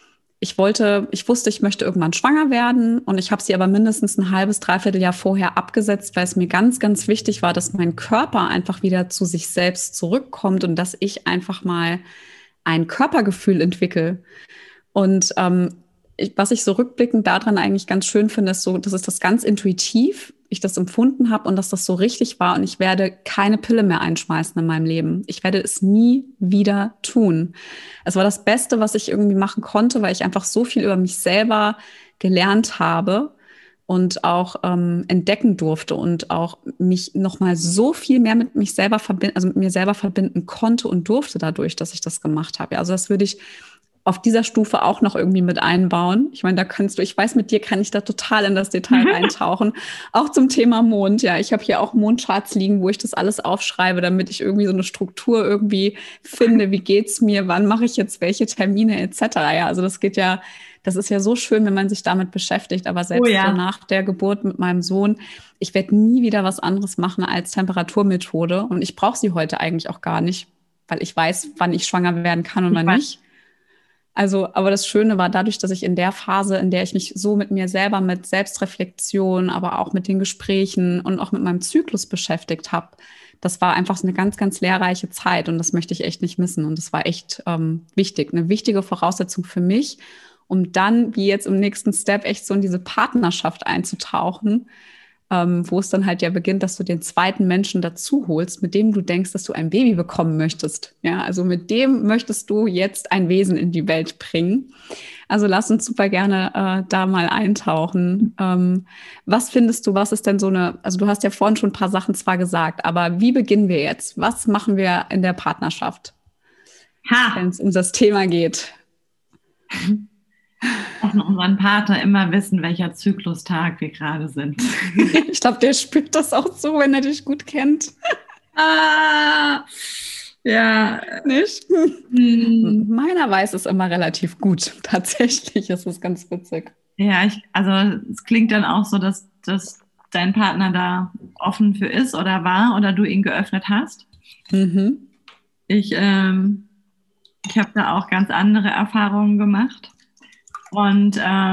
Ich wusste, ich möchte irgendwann schwanger werden und ich habe sie aber mindestens ein halbes, dreiviertel Jahr vorher abgesetzt, weil es mir ganz, ganz wichtig war, dass mein Körper einfach wieder zu sich selbst zurückkommt und dass ich einfach mal ein Körpergefühl entwickle. Und was ich so rückblickend daran eigentlich ganz schön finde, ist so, dass es das ganz intuitiv, ich das empfunden habe und dass das so richtig war und ich werde keine Pille mehr einschmeißen in meinem Leben. Ich werde es nie wieder tun. Es war das Beste, was ich irgendwie machen konnte, weil ich einfach so viel über mich selber gelernt habe und auch entdecken durfte und auch mich noch mal so viel mehr mit mich selber mit mir selber verbinden konnte und durfte dadurch, dass ich das gemacht habe. Also das würde ich auf dieser Stufe auch noch irgendwie mit einbauen. Ich meine, da kannst du, ich weiß, mit dir kann ich da total in das Detail eintauchen. Auch zum Thema Mond. Ja, ich habe hier auch Mondcharts liegen, wo ich das alles aufschreibe, damit ich irgendwie so eine Struktur irgendwie finde. Wie geht's mir? Wann mache ich jetzt welche Termine etc. Ja, also das ist ja so schön, wenn man sich damit beschäftigt. Aber selbst so nach der Geburt mit meinem Sohn, ich werde nie wieder was anderes machen als Temperaturmethode. Und ich brauche sie heute eigentlich auch gar nicht, weil ich weiß, wann ich schwanger werden kann und wann nicht. Also, aber das Schöne war dadurch, dass ich in der Phase, in der ich mich so mit mir selber, mit Selbstreflexion, aber auch mit den Gesprächen und auch mit meinem Zyklus beschäftigt habe, das war einfach so eine ganz, ganz lehrreiche Zeit und das möchte ich echt nicht missen. Und das war echt wichtig, eine wichtige Voraussetzung für mich, um dann, wie jetzt im nächsten Step, echt so in diese Partnerschaft einzutauchen, wo es dann halt ja beginnt, dass du den zweiten Menschen dazu holst, mit dem du denkst, dass du ein Baby bekommen möchtest. Ja, also mit dem möchtest du jetzt ein Wesen in die Welt bringen. Also lass uns super gerne da mal eintauchen. Was findest du, was ist denn so also du hast ja vorhin schon ein paar Sachen zwar gesagt, aber wie beginnen wir jetzt? Was machen wir in der Partnerschaft, wenn es um das Thema geht? Lassen unseren Partner immer wissen, welcher Zyklustag wir gerade sind. Ich glaube, der spürt das auch so, wenn er dich gut kennt. Ja. Nicht? Meiner weiß es immer relativ gut. Tatsächlich ist es ganz witzig. Ja, also es klingt dann auch so, dass dein Partner da offen für ist oder war oder du ihn geöffnet hast. Mhm. Ich habe da auch ganz andere Erfahrungen gemacht. Und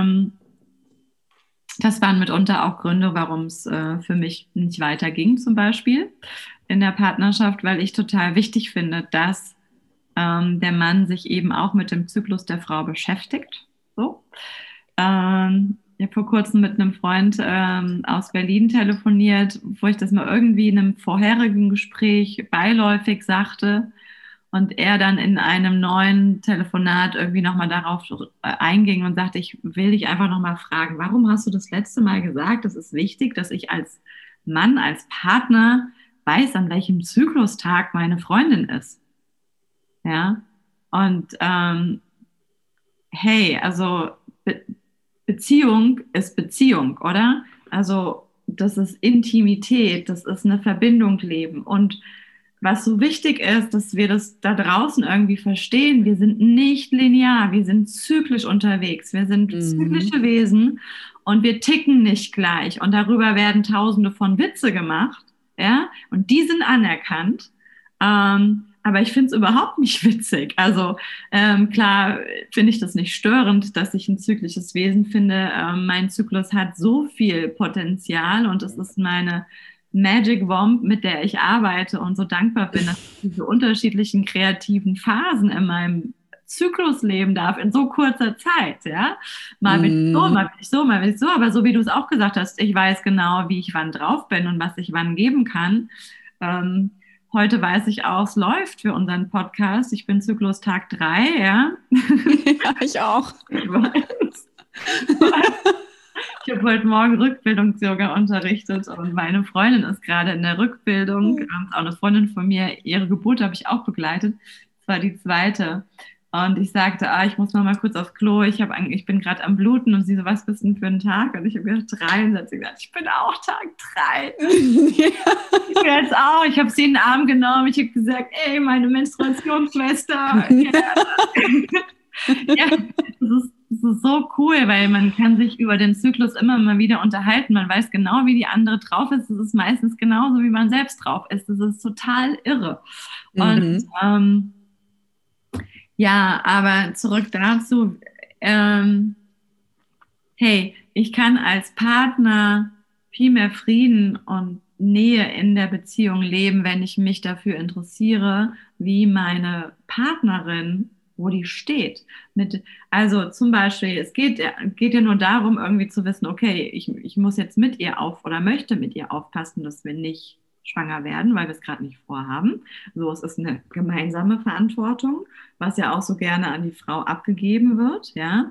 das waren mitunter auch Gründe, warum es für mich nicht weiterging, zum Beispiel in der Partnerschaft, weil ich total wichtig finde, dass der Mann sich eben auch mit dem Zyklus der Frau beschäftigt. So. Ich habe vor kurzem mit einem Freund aus Berlin telefoniert, wo ich das mal irgendwie in einem vorherigen Gespräch beiläufig sagte. Und er dann in einem neuen Telefonat irgendwie nochmal darauf einging und sagte, ich will dich einfach nochmal fragen, warum hast du das letzte Mal gesagt, es ist wichtig, dass ich als Mann, als Partner weiß, an welchem Zyklustag meine Freundin ist. Ja, und hey, also Beziehung ist Beziehung, oder? Also das ist Intimität, das ist eine Verbindung leben. Und was so wichtig ist, dass wir das da draußen irgendwie verstehen, wir sind nicht linear, wir sind zyklisch unterwegs, wir sind zyklische Wesen und wir ticken nicht gleich. Und darüber werden Tausende von Witze gemacht, ja, und die sind anerkannt. Aber ich finde es überhaupt nicht witzig. Also klar finde ich das nicht störend, dass ich ein zyklisches Wesen finde. Mein Zyklus hat so viel Potenzial und es ist meine Magic Wand, mit der ich arbeite und so dankbar bin, dass ich diese unterschiedlichen kreativen Phasen in meinem Zyklus leben darf in so kurzer Zeit. Ja? Mal bin ich so, mal bin ich so, mal bin ich so. Aber so wie du es auch gesagt hast, ich weiß genau, wie ich wann drauf bin und was ich wann geben kann. Heute weiß ich auch, es läuft für unseren Podcast. Ich bin Zyklus Tag 3, ja. Ja, ich auch. Ich weiß. Ich habe heute Morgen Rückbildungs-Yoga unterrichtet und meine Freundin ist gerade in der Rückbildung. Auch eine Freundin von mir, ihre Geburt habe ich auch begleitet. Das war die 2. Und ich sagte, ich muss mal kurz aufs Klo. Ich bin gerade am Bluten. Und sie so, was bist denn für ein Tag? Und ich habe gesagt, 3. Und sie hat gesagt, ich bin auch Tag 3. Ja. Ich bin jetzt auch. Ich habe sie in den Arm genommen. Ich habe gesagt, ey, meine Menstruationsschwester. Ja, das ist so cool, weil man kann sich über den Zyklus immer mal wieder unterhalten. Man weiß genau, wie die andere drauf ist. Das ist meistens genauso, wie man selbst drauf ist. Das ist total irre. Und ja, aber zurück dazu. Hey, ich kann als Partner viel mehr Frieden und Nähe in der Beziehung leben, wenn ich mich dafür interessiere, wie meine Partnerin, wo die steht. Also zum Beispiel, es geht ja nur darum, irgendwie zu wissen, okay, ich muss jetzt mit ihr oder möchte mit ihr aufpassen, dass wir nicht schwanger werden, weil wir es gerade nicht vorhaben. So, es ist eine gemeinsame Verantwortung, was ja auch so gerne an die Frau abgegeben wird, ja.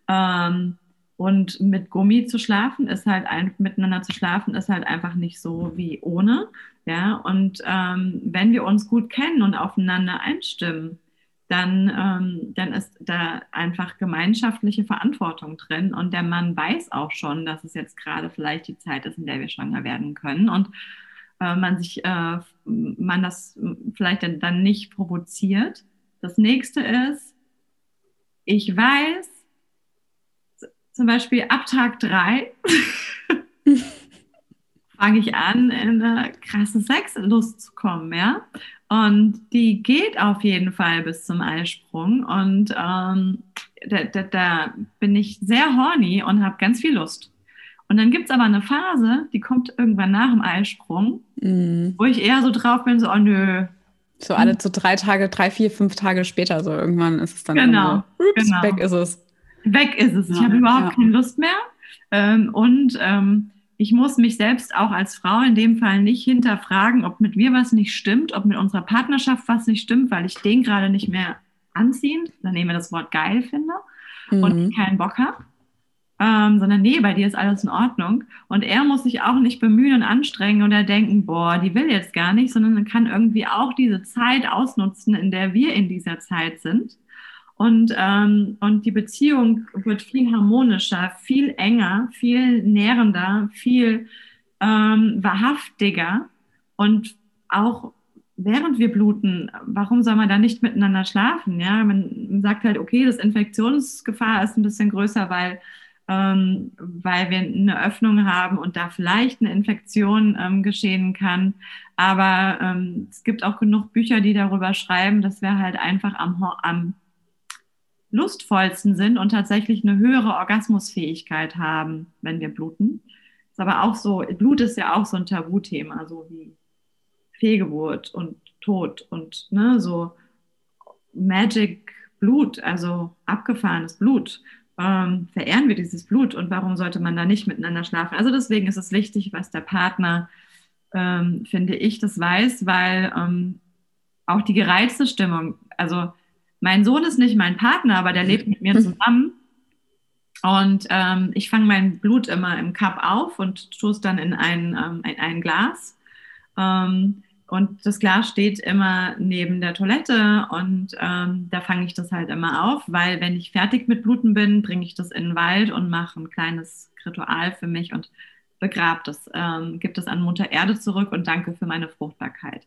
Und mit Gummi zu schlafen miteinander zu schlafen ist halt einfach nicht so wie ohne, ja. Und wenn wir uns gut kennen und aufeinander einstimmen, dann ist da einfach gemeinschaftliche Verantwortung drin und der Mann weiß auch schon, dass es jetzt gerade vielleicht die Zeit ist, in der wir schwanger werden können und man das vielleicht dann nicht provoziert. Das nächste ist, ich weiß, zum Beispiel ab Tag 3 fange ich an, in eine krasse Sexlust zu kommen, ja. Und die geht auf jeden Fall bis zum Eisprung und da bin ich sehr horny und habe ganz viel Lust. Und dann gibt es aber eine Phase, die kommt irgendwann nach dem Eisprung, wo ich eher so drauf bin, so, oh nö. So alle so 3 Tage, 3, 4, 5 Tage später, so irgendwann ist es dann genau. Weg ist es. Weg ist es. Ich habe überhaupt keine Lust mehr. Ich muss mich selbst auch als Frau in dem Fall nicht hinterfragen, ob mit mir was nicht stimmt, ob mit unserer Partnerschaft was nicht stimmt, weil ich den gerade nicht mehr anziehend, dann nehmen wir das Wort geil finde und ich keinen Bock habe. Sondern nee, bei dir ist alles in Ordnung. Und er muss sich auch nicht bemühen und anstrengen oder denken, boah, die will jetzt gar nicht, sondern man kann irgendwie auch diese Zeit ausnutzen, in der wir in dieser Zeit sind. Und die Beziehung wird viel harmonischer, viel enger, viel nährender, viel wahrhaftiger. Und auch während wir bluten, warum soll man da nicht miteinander schlafen? Ja? Man sagt halt, okay, das Infektionsgefahr ist ein bisschen größer, weil wir eine Öffnung haben und da vielleicht eine Infektion geschehen kann. Aber es gibt auch genug Bücher, die darüber schreiben, dass wir halt einfach am lustvollsten sind und tatsächlich eine höhere Orgasmusfähigkeit haben, wenn wir bluten. Ist aber auch so, Blut ist ja auch so ein Tabuthema, so wie Fehlgeburt und Tod und ne, so Magic Blut, also abgefahrenes Blut. Verehren wir dieses Blut und warum sollte man da nicht miteinander schlafen? Also deswegen ist es wichtig, was der Partner, finde ich, das weiß, weil auch die gereizte Stimmung. Also mein Sohn ist nicht mein Partner, aber der lebt mit mir zusammen. Und ich fange mein Blut immer im Cup auf und tue es dann in ein Glas. Und das Glas steht immer neben der Toilette und da fange ich das halt immer auf, weil wenn ich fertig mit Bluten bin, bringe ich das in den Wald und mache ein kleines Ritual für mich und begrab das, gebe das an Mutter Erde zurück und danke für meine Fruchtbarkeit.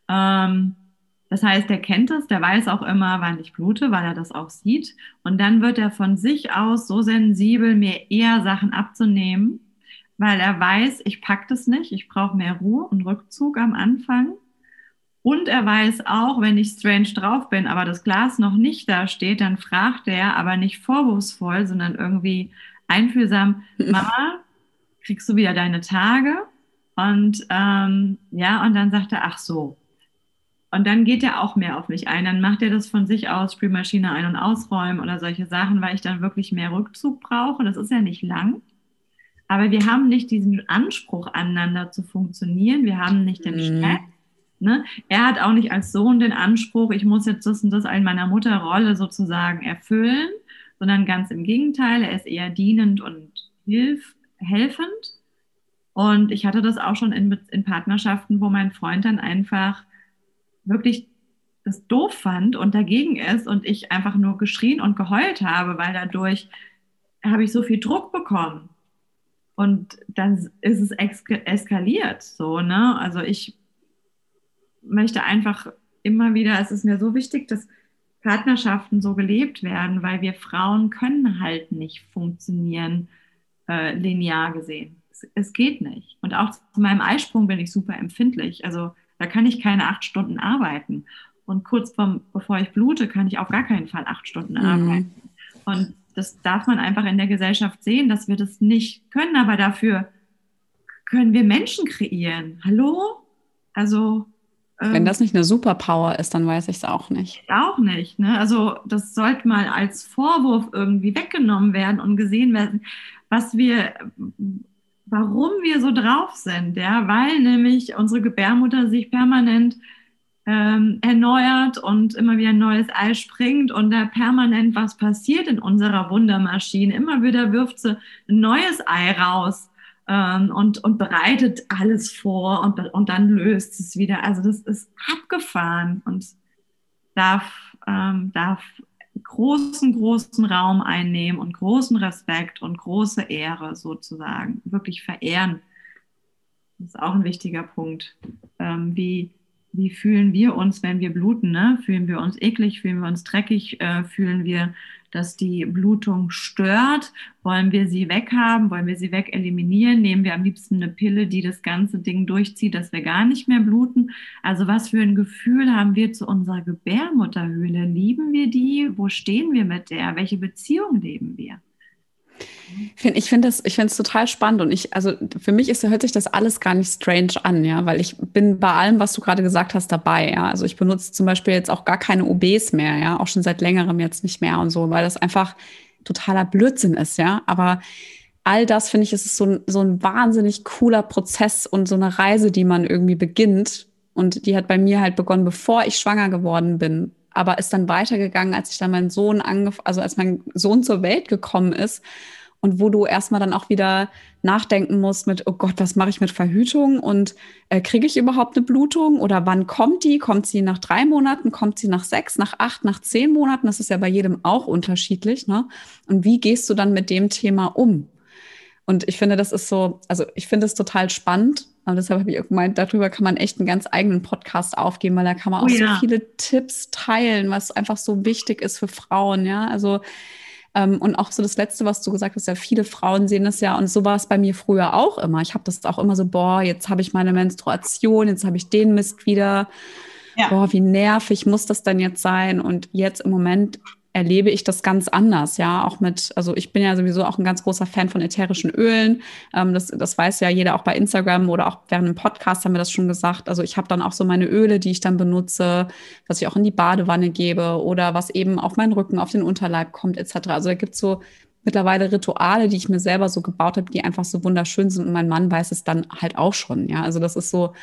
Das heißt, der kennt es, der weiß auch immer, wann ich blute, weil er das auch sieht. Und dann wird er von sich aus so sensibel, mir eher Sachen abzunehmen, weil er weiß, ich packe das nicht, ich brauche mehr Ruhe und Rückzug am Anfang. Und er weiß auch, wenn ich strange drauf bin, aber das Glas noch nicht da steht, dann fragt er, aber nicht vorwurfsvoll, sondern irgendwie einfühlsam, Mama, kriegst du wieder deine Tage? Und ja, und dann sagt er, ach so. Und dann geht er auch mehr auf mich ein. Dann macht er das von sich aus, Spülmaschine ein- und ausräumen oder solche Sachen, weil ich dann wirklich mehr Rückzug brauche. Das ist ja nicht lang. Aber wir haben nicht diesen Anspruch, aneinander zu funktionieren. Wir haben nicht den Stress. Ne? Er hat auch nicht als Sohn den Anspruch, ich muss jetzt das und das in meiner Mutterrolle sozusagen erfüllen, sondern ganz im Gegenteil. Er ist eher dienend und helfend. Und ich hatte das auch schon in Partnerschaften, wo mein Freund dann einfach wirklich das doof fand und dagegen ist und ich einfach nur geschrien und geheult habe, weil dadurch habe ich so viel Druck bekommen. Und dann ist es eskaliert, so, ne? Also ich möchte einfach immer wieder, es ist mir so wichtig, dass Partnerschaften so gelebt werden, weil wir Frauen können halt nicht funktionieren, linear gesehen. Es geht nicht. Und auch zu meinem Eisprung bin ich super empfindlich. Also da kann ich keine 8 Stunden arbeiten. Und bevor ich blute, kann ich auf gar keinen Fall 8 Stunden arbeiten. Und das darf man einfach in der Gesellschaft sehen, dass wir das nicht können, aber dafür können wir Menschen kreieren. Hallo? Also wenn das nicht eine Superpower ist, dann weiß ich es auch nicht. Auch nicht. Ne? Also das sollte mal als Vorwurf irgendwie weggenommen werden und gesehen werden, warum wir so drauf sind. Ja? Weil nämlich unsere Gebärmutter sich permanent erneuert und immer wieder ein neues Ei springt und da permanent was passiert in unserer Wundermaschine. Immer wieder wirft sie ein neues Ei raus. Und bereitet alles vor und dann löst es wieder. Also das ist abgefahren und darf großen Raum einnehmen und großen Respekt und große Ehre sozusagen. Wirklich verehren. Das ist auch ein wichtiger Punkt. Wie fühlen wir uns, wenn wir bluten? Ne? Fühlen wir uns eklig? Fühlen wir uns dreckig? Fühlen wir, dass die Blutung stört? Wollen wir sie weghaben? Wollen wir sie wegeliminieren? Nehmen wir am liebsten eine Pille, die das ganze Ding durchzieht, dass wir gar nicht mehr bluten? Also was für ein Gefühl haben wir zu unserer Gebärmutterhöhle? Lieben wir die? Wo stehen wir mit der? Welche Beziehung leben wir? Ich finde es total spannend und also für mich hört sich das alles gar nicht strange an, ja, weil ich bin bei allem, was du gerade gesagt hast, dabei, ja. Also ich benutze zum Beispiel jetzt auch gar keine OBs mehr, ja, auch schon seit längerem jetzt nicht mehr und so, weil das einfach totaler Blödsinn ist, ja. Aber all das finde ich, ist so ein wahnsinnig cooler Prozess und so eine Reise, die man irgendwie beginnt. Und die hat bei mir halt begonnen, bevor ich schwanger geworden bin. Aber ist dann weitergegangen, als ich dann als mein Sohn zur Welt gekommen ist. Und wo du erstmal dann auch wieder nachdenken musst mit, oh Gott, was mache ich mit Verhütung? Und kriege ich überhaupt eine Blutung? Oder wann kommt die? Kommt sie nach 3 Monaten? Kommt sie nach 6, nach 8, nach 10 Monaten? Das ist ja bei jedem auch unterschiedlich, ne? Und wie gehst du dann mit dem Thema um? Und ich finde, ich finde es total spannend. Und deshalb habe ich auch gemeint, darüber kann man echt einen ganz eigenen Podcast aufgeben, weil da kann man auch so viele Tipps teilen, was einfach so wichtig ist für Frauen, ja. Also und auch so das Letzte, was du gesagt hast, ja, viele Frauen sehen das ja und so war es bei mir früher auch immer. Ich habe das auch immer so, jetzt habe ich meine Menstruation, jetzt habe ich den Mist wieder. Ja. Wie nervig muss das denn jetzt sein? Und jetzt im Moment erlebe ich das ganz anders, ja, also ich bin ja sowieso auch ein ganz großer Fan von ätherischen Ölen. Das weiß ja jeder auch bei Instagram oder auch während dem Podcast haben wir das schon gesagt. Also ich habe dann auch so meine Öle, die ich dann benutze, was ich auch in die Badewanne gebe oder was eben auf meinen Rücken, auf den Unterleib kommt, etc. Also da gibt es so mittlerweile Rituale, die ich mir selber so gebaut habe, die einfach so wunderschön sind und mein Mann weiß es dann halt auch schon, ja. Also das ist so.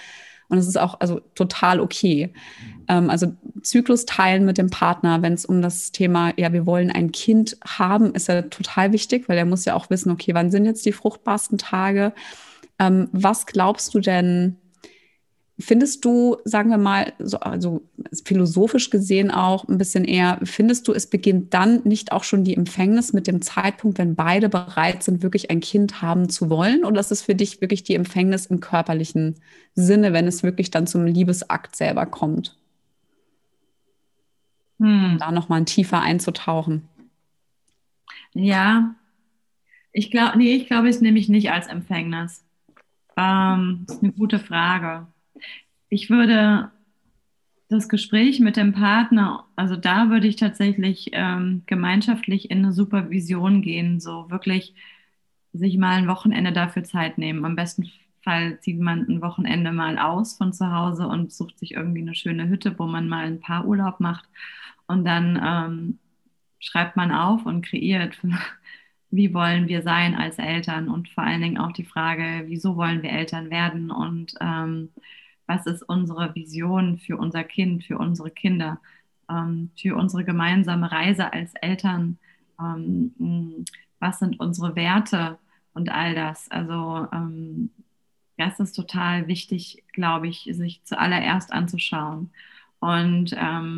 Und es ist auch also total okay. Also Zyklus teilen mit dem Partner, wenn es um das Thema, ja, wir wollen ein Kind haben, ist ja total wichtig, weil der muss ja auch wissen, okay, wann sind jetzt die fruchtbarsten Tage? Was glaubst du denn, findest du, sagen wir mal, so, also philosophisch gesehen auch ein bisschen eher, findest du, es beginnt dann nicht auch schon die Empfängnis mit dem Zeitpunkt, wenn beide bereit sind, wirklich ein Kind haben zu wollen? Oder ist es für dich wirklich die Empfängnis im körperlichen Sinne, wenn es wirklich dann zum Liebesakt selber kommt? Um da nochmal tiefer einzutauchen. Ja, ich glaube, es nehme ich nicht als Empfängnis. Das ist eine gute Frage. Ich würde das Gespräch mit dem Partner, also da würde ich tatsächlich gemeinschaftlich in eine Supervision gehen, so wirklich sich mal ein Wochenende dafür Zeit nehmen. Am besten Fall zieht man ein Wochenende mal aus von zu Hause und sucht sich irgendwie eine schöne Hütte, wo man mal ein paar Urlaub macht und dann schreibt man auf und kreiert, wie wollen wir sein als Eltern und vor allen Dingen auch die Frage, wieso wollen wir Eltern werden und was ist unsere Vision für unser Kind, für unsere Kinder, für unsere gemeinsame Reise als Eltern, was sind unsere Werte und all das. Also das ist total wichtig, glaube ich, sich zuallererst anzuschauen. Und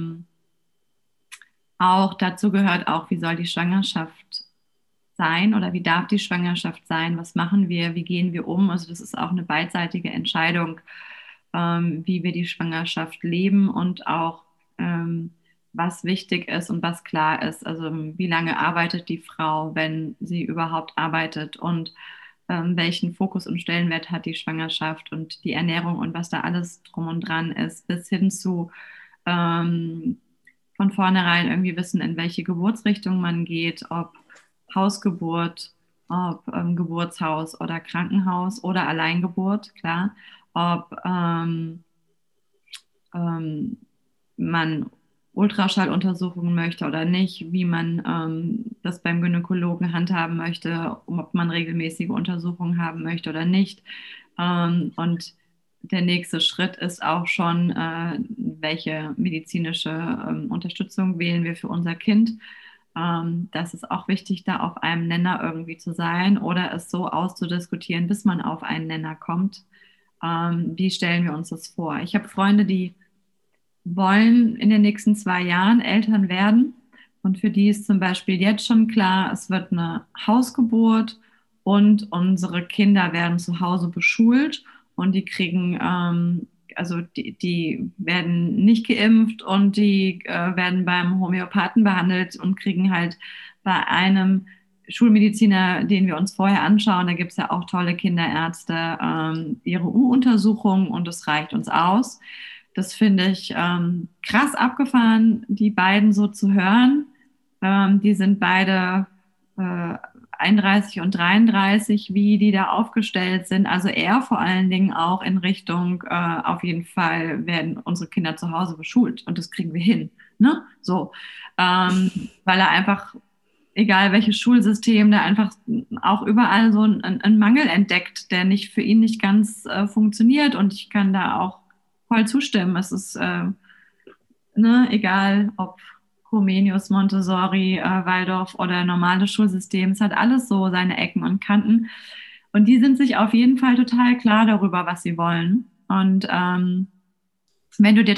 auch dazu gehört auch, wie soll die Schwangerschaft sein oder wie darf die Schwangerschaft sein? Was machen wir? Wie gehen wir um? Also das ist auch eine beidseitige Entscheidung, wie wir die Schwangerschaft leben und auch was wichtig ist und was klar ist. Also wie lange arbeitet die Frau, wenn sie überhaupt arbeitet und welchen Fokus und Stellenwert hat die Schwangerschaft und die Ernährung und was da alles drum und dran ist, bis hin zu von vornherein irgendwie wissen, in welche Geburtsrichtung man geht, ob Hausgeburt, ob Geburtshaus oder Krankenhaus oder Alleingeburt, klar, ob man Ultraschalluntersuchungen möchte oder nicht, wie man das beim Gynäkologen handhaben möchte, ob man regelmäßige Untersuchungen haben möchte oder nicht. Und der nächste Schritt ist auch schon, welche medizinische Unterstützung wählen wir für unser Kind. Das ist auch wichtig, da auf einem Nenner irgendwie zu sein oder es so auszudiskutieren, bis man auf einen Nenner kommt. Wie stellen wir uns das vor? Ich habe Freunde, die wollen in den nächsten 2 Jahren Eltern werden und für die ist zum Beispiel jetzt schon klar, es wird eine Hausgeburt und unsere Kinder werden zu Hause beschult und die kriegen, also die werden nicht geimpft und die werden beim Homöopathen behandelt und kriegen halt bei einem Schulmediziner, den wir uns vorher anschauen, da gibt es ja auch tolle Kinderärzte, ihre U-Untersuchung und das reicht uns aus. Das finde ich krass abgefahren, die beiden so zu hören. Die sind beide 31 und 33, wie die da aufgestellt sind. Also er vor allen Dingen auch in Richtung, auf jeden Fall werden unsere Kinder zu Hause beschult und das kriegen wir hin. Ne? So, weil er einfach, egal welches Schulsystem, da einfach auch überall so einen Mangel entdeckt, der nicht für ihn nicht ganz funktioniert und ich kann da auch voll zustimmen. Es ist egal, ob Comenius, Montessori, Waldorf oder normales Schulsystem. Es hat alles so seine Ecken und Kanten. Und die sind sich auf jeden Fall total klar darüber, was sie wollen. Und wenn du dir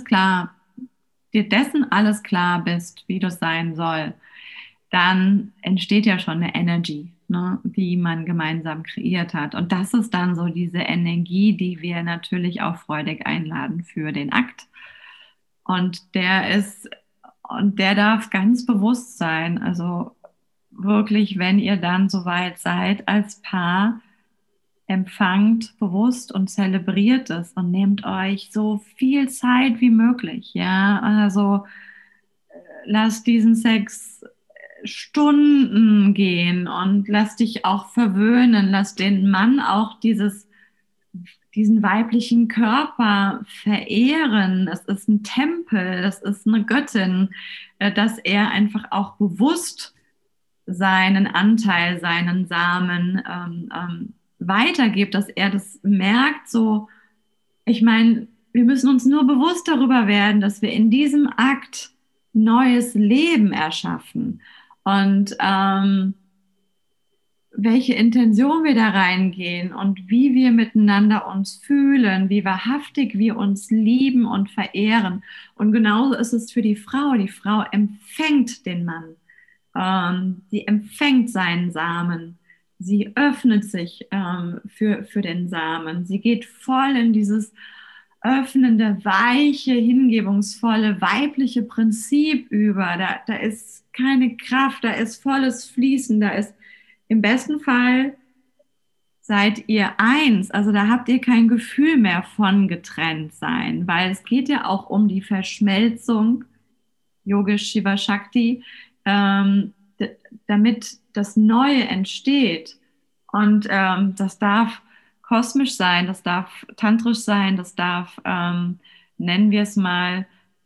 dessen alles klar bist, wie das sein soll, dann entsteht ja schon eine Energy, ne, die man gemeinsam kreiert hat. Und das ist dann so diese Energie, die wir natürlich auch freudig einladen für den Akt. Und der darf ganz bewusst sein. Also wirklich, wenn ihr dann soweit seid als Paar, empfangt bewusst und zelebriert es und nehmt euch so viel Zeit wie möglich. Ja, also lasst diesen Sex Stunden gehen und lass dich auch verwöhnen, lass den Mann auch diesen weiblichen Körper verehren. Das ist ein Tempel, das ist eine Göttin, dass er einfach auch bewusst seinen Anteil, seinen Samen weitergibt, dass er das merkt, so ich meine, wir müssen uns nur bewusst darüber werden, dass wir in diesem Akt neues Leben erschaffen. Und welche Intention wir da reingehen und wie wir miteinander uns fühlen, wie wahrhaftig wir uns lieben und verehren. Und genauso ist es für die Frau. Die Frau empfängt den Mann. Die empfängt seinen Samen. Sie öffnet sich für den Samen. Sie geht voll in dieses öffnende, weiche, hingebungsvolle, weibliche Prinzip über. Da ist keine Kraft, da ist volles Fließen, da ist im besten Fall seid ihr eins. Also da habt ihr kein Gefühl mehr von getrennt sein, weil es geht ja auch um die Verschmelzung, Yogisch Shiva Shakti, damit das Neue entsteht. Und das darf kosmisch sein, das darf tantrisch sein, das darf, nennen wir es mal,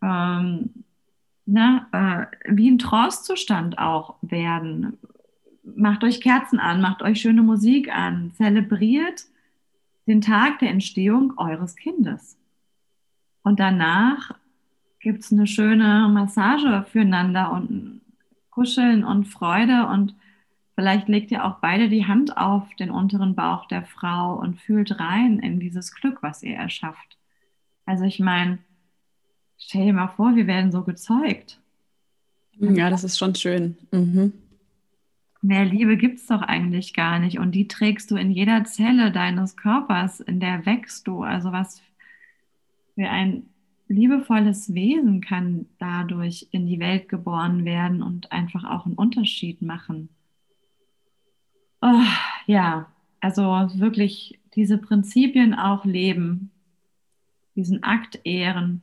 wie ein Trance-Zustand auch werden. Macht euch Kerzen an, macht euch schöne Musik an, zelebriert den Tag der Entstehung eures Kindes. Und danach gibt es eine schöne Massage füreinander und Kuscheln und Freude und vielleicht legt ihr auch beide die Hand auf den unteren Bauch der Frau und fühlt rein in dieses Glück, was ihr erschafft. Also ich meine, stell dir mal vor, wir werden so gezeugt. Ja, das ist schon schön. Mhm. Mehr Liebe gibt es doch eigentlich gar nicht. Und die trägst du in jeder Zelle deines Körpers, in der wächst du. Also was für ein liebevolles Wesen kann dadurch in die Welt geboren werden und einfach auch einen Unterschied machen. Oh, ja, also wirklich diese Prinzipien auch leben, diesen Akt ehren.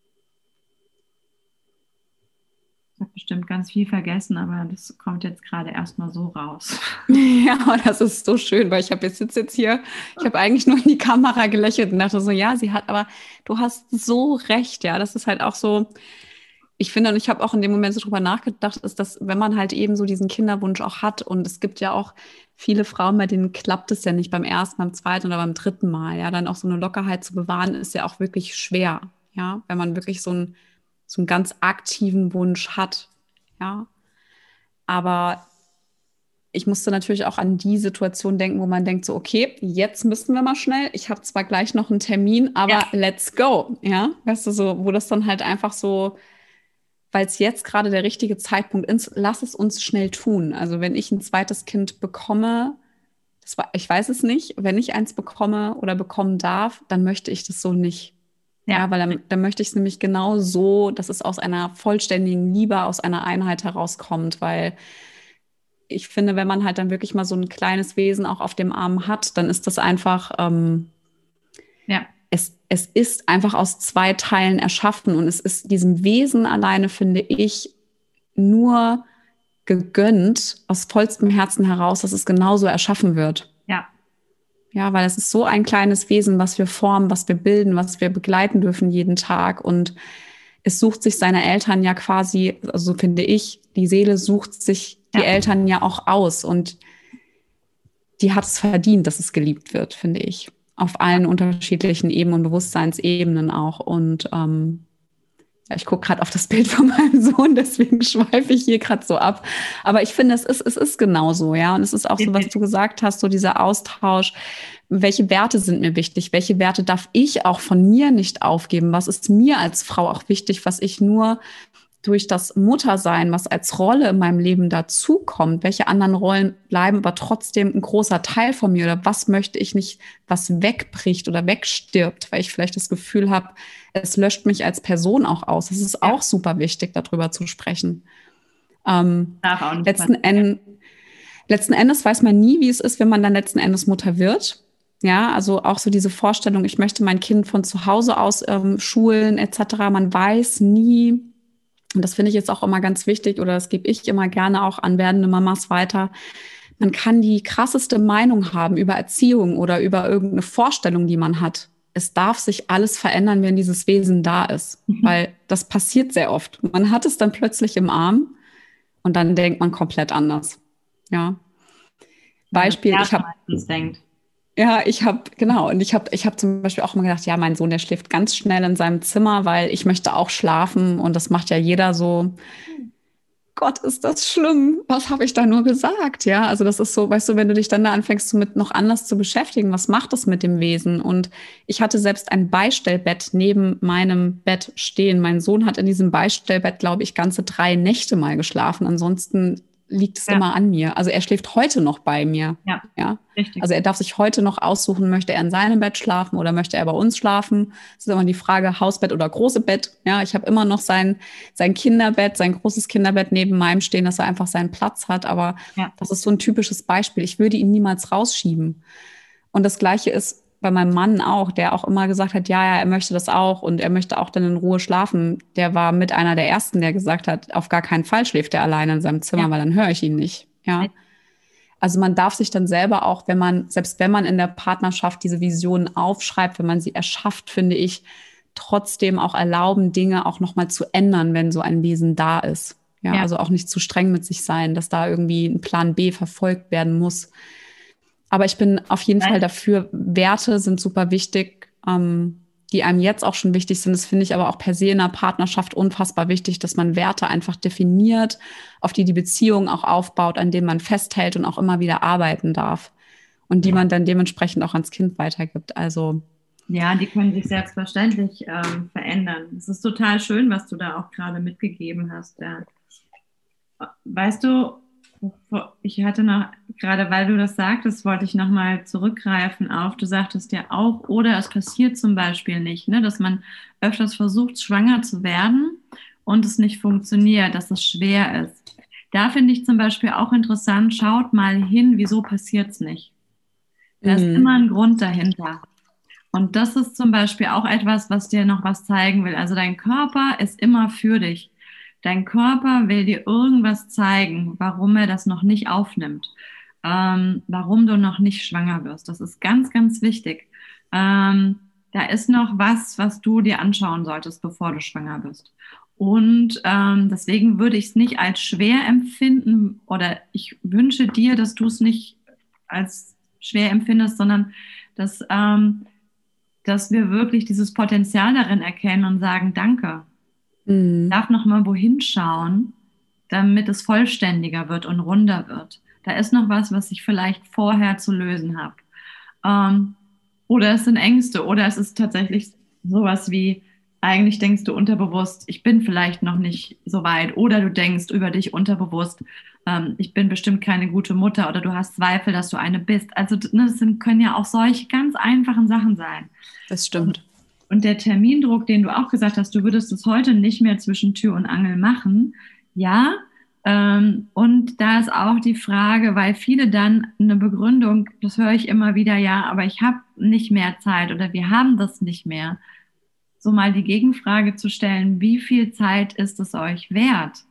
Ich habe bestimmt ganz viel vergessen, aber das kommt jetzt gerade erstmal so raus. Ja, das ist so schön, weil ich sitze jetzt hier, ich habe eigentlich nur in die Kamera gelächelt und dachte so, ja, aber du hast so recht, ja, das ist halt auch so, ich finde, und ich habe auch in dem Moment so drüber nachgedacht, ist, dass wenn man halt eben so diesen Kinderwunsch auch hat und es gibt ja auch viele Frauen, bei denen klappt es ja nicht beim ersten, beim zweiten oder beim dritten Mal, ja, dann auch so eine Lockerheit zu bewahren, ist ja auch wirklich schwer, ja, wenn man wirklich so einen ganz aktiven Wunsch hat, ja, aber ich musste natürlich auch an die Situation denken, wo man denkt so, okay, jetzt müssen wir mal schnell. Ich habe zwar gleich noch einen Termin, aber Ja. let's go. Ja, weißt du, so, wo das dann halt einfach so, weil es jetzt gerade der richtige Zeitpunkt ist, lass es uns schnell tun. Also wenn ich ein zweites Kind bekomme, ich weiß es nicht, wenn ich eins bekomme oder bekommen darf, dann möchte ich das so nicht. Ja, weil dann möchte ich es nämlich genau so, dass es aus einer vollständigen Liebe, aus einer Einheit herauskommt, weil ich finde, wenn man halt dann wirklich mal so ein kleines Wesen auch auf dem Arm hat, dann ist das einfach, Ja. es ist einfach aus zwei Teilen erschaffen und es ist diesem Wesen alleine, finde ich, nur gegönnt, aus vollstem Herzen heraus, dass es genauso erschaffen wird. Ja. Ja, weil es ist so ein kleines Wesen, was wir formen, was wir bilden, was wir begleiten dürfen jeden Tag und es sucht sich seine Eltern ja quasi, also finde ich, die Seele sucht sich die Eltern ja auch aus und die hat es verdient, dass es geliebt wird, finde ich. Auf allen unterschiedlichen Ebenen und Bewusstseinsebenen auch. Und ja, ich gucke gerade auf das Bild von meinem Sohn, deswegen schweife ich hier gerade so ab. Aber ich finde, es ist genauso, ja. Und es ist auch so, was du gesagt hast, so dieser Austausch. Welche Werte sind mir wichtig? Welche Werte darf ich auch von mir nicht aufgeben? Was ist mir als Frau auch wichtig, was ich nur durch das Muttersein, was als Rolle in meinem Leben dazukommt, welche anderen Rollen bleiben aber trotzdem ein großer Teil von mir oder was möchte ich nicht, was wegbricht oder wegstirbt, weil ich vielleicht das Gefühl habe, es löscht mich als Person auch aus. Es ist auch super wichtig, darüber zu sprechen. Letzten Endes weiß man nie, wie es ist, wenn man dann letzten Endes Mutter wird. Ja, also auch so diese Vorstellung, ich möchte mein Kind von zu Hause aus schulen etc. Man weiß nie. Und das finde ich jetzt auch immer ganz wichtig oder das gebe ich immer gerne auch an werdende Mamas weiter. Man kann die krasseste Meinung haben über Erziehung oder über irgendeine Vorstellung, die man hat. Es darf sich alles verändern, wenn dieses Wesen da ist, weil das passiert sehr oft. Man hat es dann plötzlich im Arm und dann denkt man komplett anders. Ja. Beispiel, ich habe Ja, und ich habe zum Beispiel auch immer gedacht, ja, mein Sohn, der schläft ganz schnell in seinem Zimmer, weil ich möchte auch schlafen und das macht ja jeder so. Gott, ist das schlimm. Was habe ich da nur gesagt? Ja, also das ist so, weißt du, wenn du dich dann da anfängst, so mit noch anders zu beschäftigen, was macht das mit dem Wesen? Und ich hatte selbst ein Beistellbett neben meinem Bett stehen. Mein Sohn hat in diesem Beistellbett, glaube ich, ganze 3 Nächte mal geschlafen. Ansonsten liegt es Ja, immer an mir. Also er schläft heute noch bei mir. ja, Ja, richtig. also er darf sich heute noch aussuchen, möchte er in seinem Bett schlafen oder möchte er bei uns schlafen? Das ist immer die Frage, Hausbett oder große Bett. Ja, ich habe immer noch sein Kinderbett, sein großes Kinderbett neben meinem stehen, dass er einfach seinen Platz hat. Aber Ja, das ist so ein typisches Beispiel. Ich würde ihn niemals rausschieben. Und das Gleiche ist bei meinem Mann auch, der auch immer gesagt hat, ja, ja, er möchte das auch und er möchte auch dann in Ruhe schlafen. Der war mit einer der ersten, der gesagt hat, auf gar keinen Fall schläft er alleine in seinem Zimmer, ja, weil dann höre ich ihn nicht. Ja. richtig. Also man darf sich dann selber auch, selbst wenn man in der Partnerschaft diese Visionen aufschreibt, wenn man sie erschafft, finde ich, trotzdem auch erlauben, Dinge auch nochmal zu ändern, wenn so ein Wesen da ist. Ja, Ja, also auch nicht zu streng mit sich sein, dass da irgendwie ein Plan B verfolgt werden muss. Aber ich bin auf jeden Fall dafür, Werte sind super wichtig, die einem jetzt auch schon wichtig sind. Das finde ich aber auch per se in einer Partnerschaft unfassbar wichtig, dass man Werte einfach definiert, auf die die Beziehung auch aufbaut, an denen man festhält und auch immer wieder arbeiten darf. Und die man dann dementsprechend auch ans Kind weitergibt. Also, ja, die können sich selbstverständlich verändern. Es ist total schön, was du da auch gerade mitgegeben hast. Ja. Weißt du, ich hatte noch, gerade weil du das sagtest, wollte ich nochmal zurückgreifen auf, du sagtest ja auch, oder es passiert zum Beispiel nicht, ne, dass man öfters versucht, schwanger zu werden und es nicht funktioniert, dass es schwer ist. Da finde ich zum Beispiel auch interessant, schaut mal hin, wieso passiert es nicht. Da ist immer ein Grund dahinter. Und das ist zum Beispiel auch etwas, was dir noch was zeigen will. Also dein Körper ist immer für dich. Dein Körper will dir irgendwas zeigen, warum er das noch nicht aufnimmt, warum du noch nicht schwanger wirst. Das ist ganz, ganz wichtig. Da ist noch was, was du dir anschauen solltest, bevor du schwanger bist. Und deswegen würde ich es nicht als schwer empfinden oder ich wünsche dir, dass du es nicht als schwer empfindest, sondern dass, dass wir wirklich dieses Potenzial darin erkennen und sagen, danke. mhm. Darf noch mal wohin schauen, damit es vollständiger wird und runder wird. Da ist noch was, was ich vielleicht vorher zu lösen habe. Oder es sind Ängste, oder es ist tatsächlich sowas wie, eigentlich denkst du unterbewusst, ich bin vielleicht noch nicht so weit, oder du denkst über dich unterbewusst, ich bin bestimmt keine gute Mutter, oder du hast Zweifel, dass du eine bist. Also ne, können ja auch solche ganz einfachen Sachen sein. Das stimmt. Und der Termindruck, den du auch gesagt hast, du würdest es heute nicht mehr zwischen Tür und Angel machen, ja. Und da ist auch die Frage, weil viele dann eine Begründung, das höre ich immer wieder, ja, aber ich habe nicht mehr Zeit oder wir haben das nicht mehr. So mal die Gegenfrage zu stellen, wie viel Zeit ist es euch wert?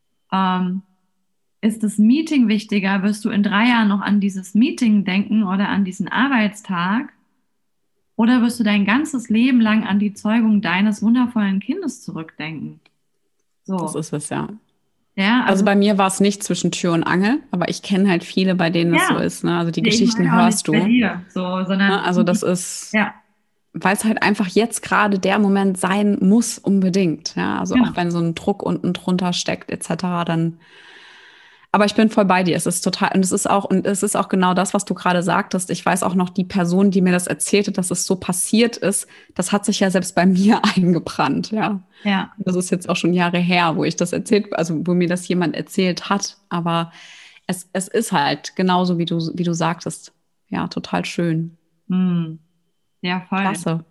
Ist das Meeting wichtiger? Wirst du in 3 Jahren noch an dieses Meeting denken oder an diesen Arbeitstag? Oder wirst du dein ganzes Leben lang an die Zeugung deines wundervollen Kindes zurückdenken? Das So, ist es, ja. ja, Also also, bei mir war es nicht zwischen Tür und Angel, aber ich kenne halt viele, bei denen das so ja, ist. Ne? Also die nee, ich Geschichten meine auch hörst nicht bei du. dir, so, Ne? sondern, Also das ist, ja, weil es halt einfach jetzt gerade der Moment sein muss, unbedingt. Ja, also auch genau. wenn so ein Druck unten drunter steckt, etc., dann. Aber ich bin voll bei dir. Es ist total, und es ist auch genau das, was du gerade sagtest. Ich weiß auch noch, die Person, die mir das erzählte, dass es so passiert ist, das hat sich ja selbst bei mir eingebrannt, ja. Ja, Das ist jetzt auch schon Jahre her, wo ich das erzählt, also wo mir das jemand erzählt hat. Aber es ist halt genauso, wie du sagtest. Ja, total schön. hm, ja, voll. Klasse.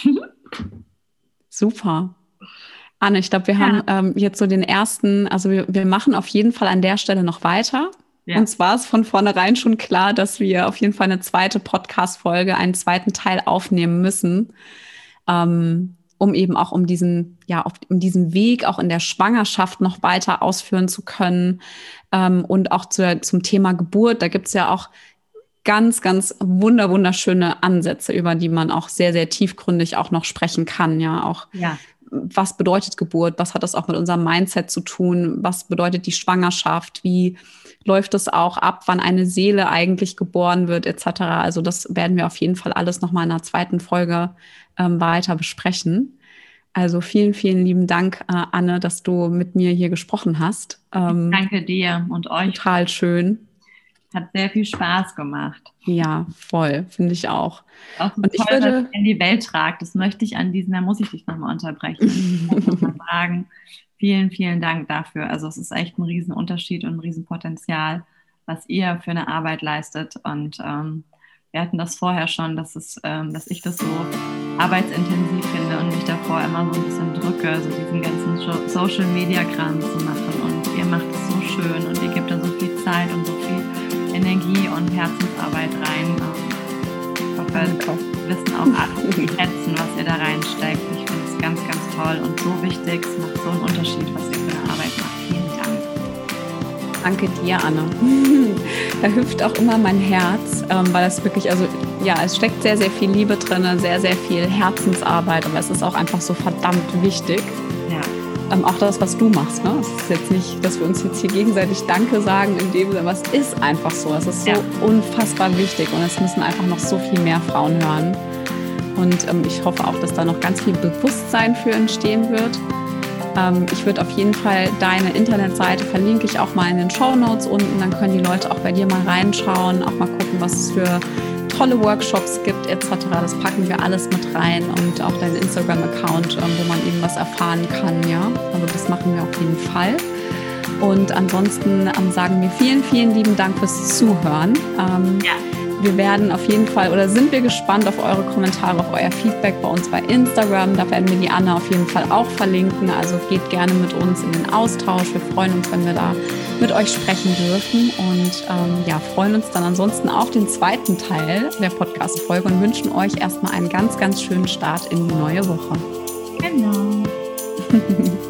Super. Anne, ich glaube, wir haben Ja, jetzt so den ersten, also wir machen auf jeden Fall an der Stelle noch weiter. Und ja, zwar ist von vornherein schon klar, dass wir auf jeden Fall eine zweite Podcast-Folge, einen zweiten Teil aufnehmen müssen, um eben auch um diesen Weg auch in der Schwangerschaft noch weiter ausführen zu können. Und auch zum Thema Geburt, da gibt es ja auch ganz, ganz wunderschöne Ansätze, über die man auch sehr, sehr tiefgründig auch noch sprechen kann, ja, auch ja, was bedeutet Geburt, was hat das auch mit unserem Mindset zu tun, was bedeutet die Schwangerschaft, wie läuft es auch ab, wann eine Seele eigentlich geboren wird, etc. Also das werden wir auf jeden Fall alles nochmal in einer zweiten Folge weiter besprechen. Also vielen, vielen lieben Dank, Anne, dass du mit mir hier gesprochen hast. Danke dir und euch. Total schön. Hat sehr viel Spaß gemacht. Ja, voll, finde ich auch. Auch so und toll, dass ihr in die Welt tragt. Das möchte ich da muss ich dich nochmal unterbrechen. Ich muss noch mal sagen, vielen, vielen Dank dafür. Also es ist echt ein Riesenunterschied und ein Riesenpotenzial, was ihr für eine Arbeit leistet. Und wir hatten das vorher schon, dass ich das so arbeitsintensiv finde und mich davor immer so ein bisschen drücke, so diesen ganzen Social-Media-Kram zu machen. Und ihr macht es so schön und ihr gebt da so viel Zeit und so viel Energie und Herzensarbeit rein. Ich hoffe, wir wissen auch alle die schätzen, was ihr da reinsteckt. Ich finde es ganz, ganz toll und so wichtig. Es macht so einen Unterschied, was ihr für eine Arbeit macht. Vielen Dank. Danke dir, Anne. Da hüpft auch immer mein Herz, weil es wirklich, also ja, es steckt sehr, sehr viel Liebe drin, sehr, sehr viel Herzensarbeit, aber es ist auch einfach so verdammt wichtig. Ja. Auch das, was du machst, ne? Es ist jetzt nicht, dass wir uns jetzt hier gegenseitig Danke sagen, in dem Sinne, aber es ist einfach so. Es ist so unfassbar wichtig und es müssen einfach noch so viel mehr Frauen hören. Und ich hoffe auch, dass da noch ganz viel Bewusstsein für entstehen wird. Ich würde auf jeden Fall deine Internetseite verlinke ich auch mal in den Shownotes unten. Dann können die Leute auch bei dir mal reinschauen, auch mal gucken, was es für tolle Workshops gibt etc. Das packen wir alles mit rein und auch deinen Instagram-Account, wo man eben was erfahren kann. Ja, also das machen wir auf jeden Fall. Und ansonsten sagen wir vielen, vielen lieben Dank fürs Zuhören. Wir werden auf jeden Fall oder sind wir gespannt auf eure Kommentare, auf euer Feedback bei uns bei Instagram. Da werden wir die Anne auf jeden Fall auch verlinken. Also geht gerne mit uns in den Austausch. Wir freuen uns, wenn wir da mit euch sprechen dürfen und freuen uns dann ansonsten auf den zweiten Teil der Podcast-Folge und wünschen euch erstmal einen ganz, ganz schönen Start in die neue Woche. Genau.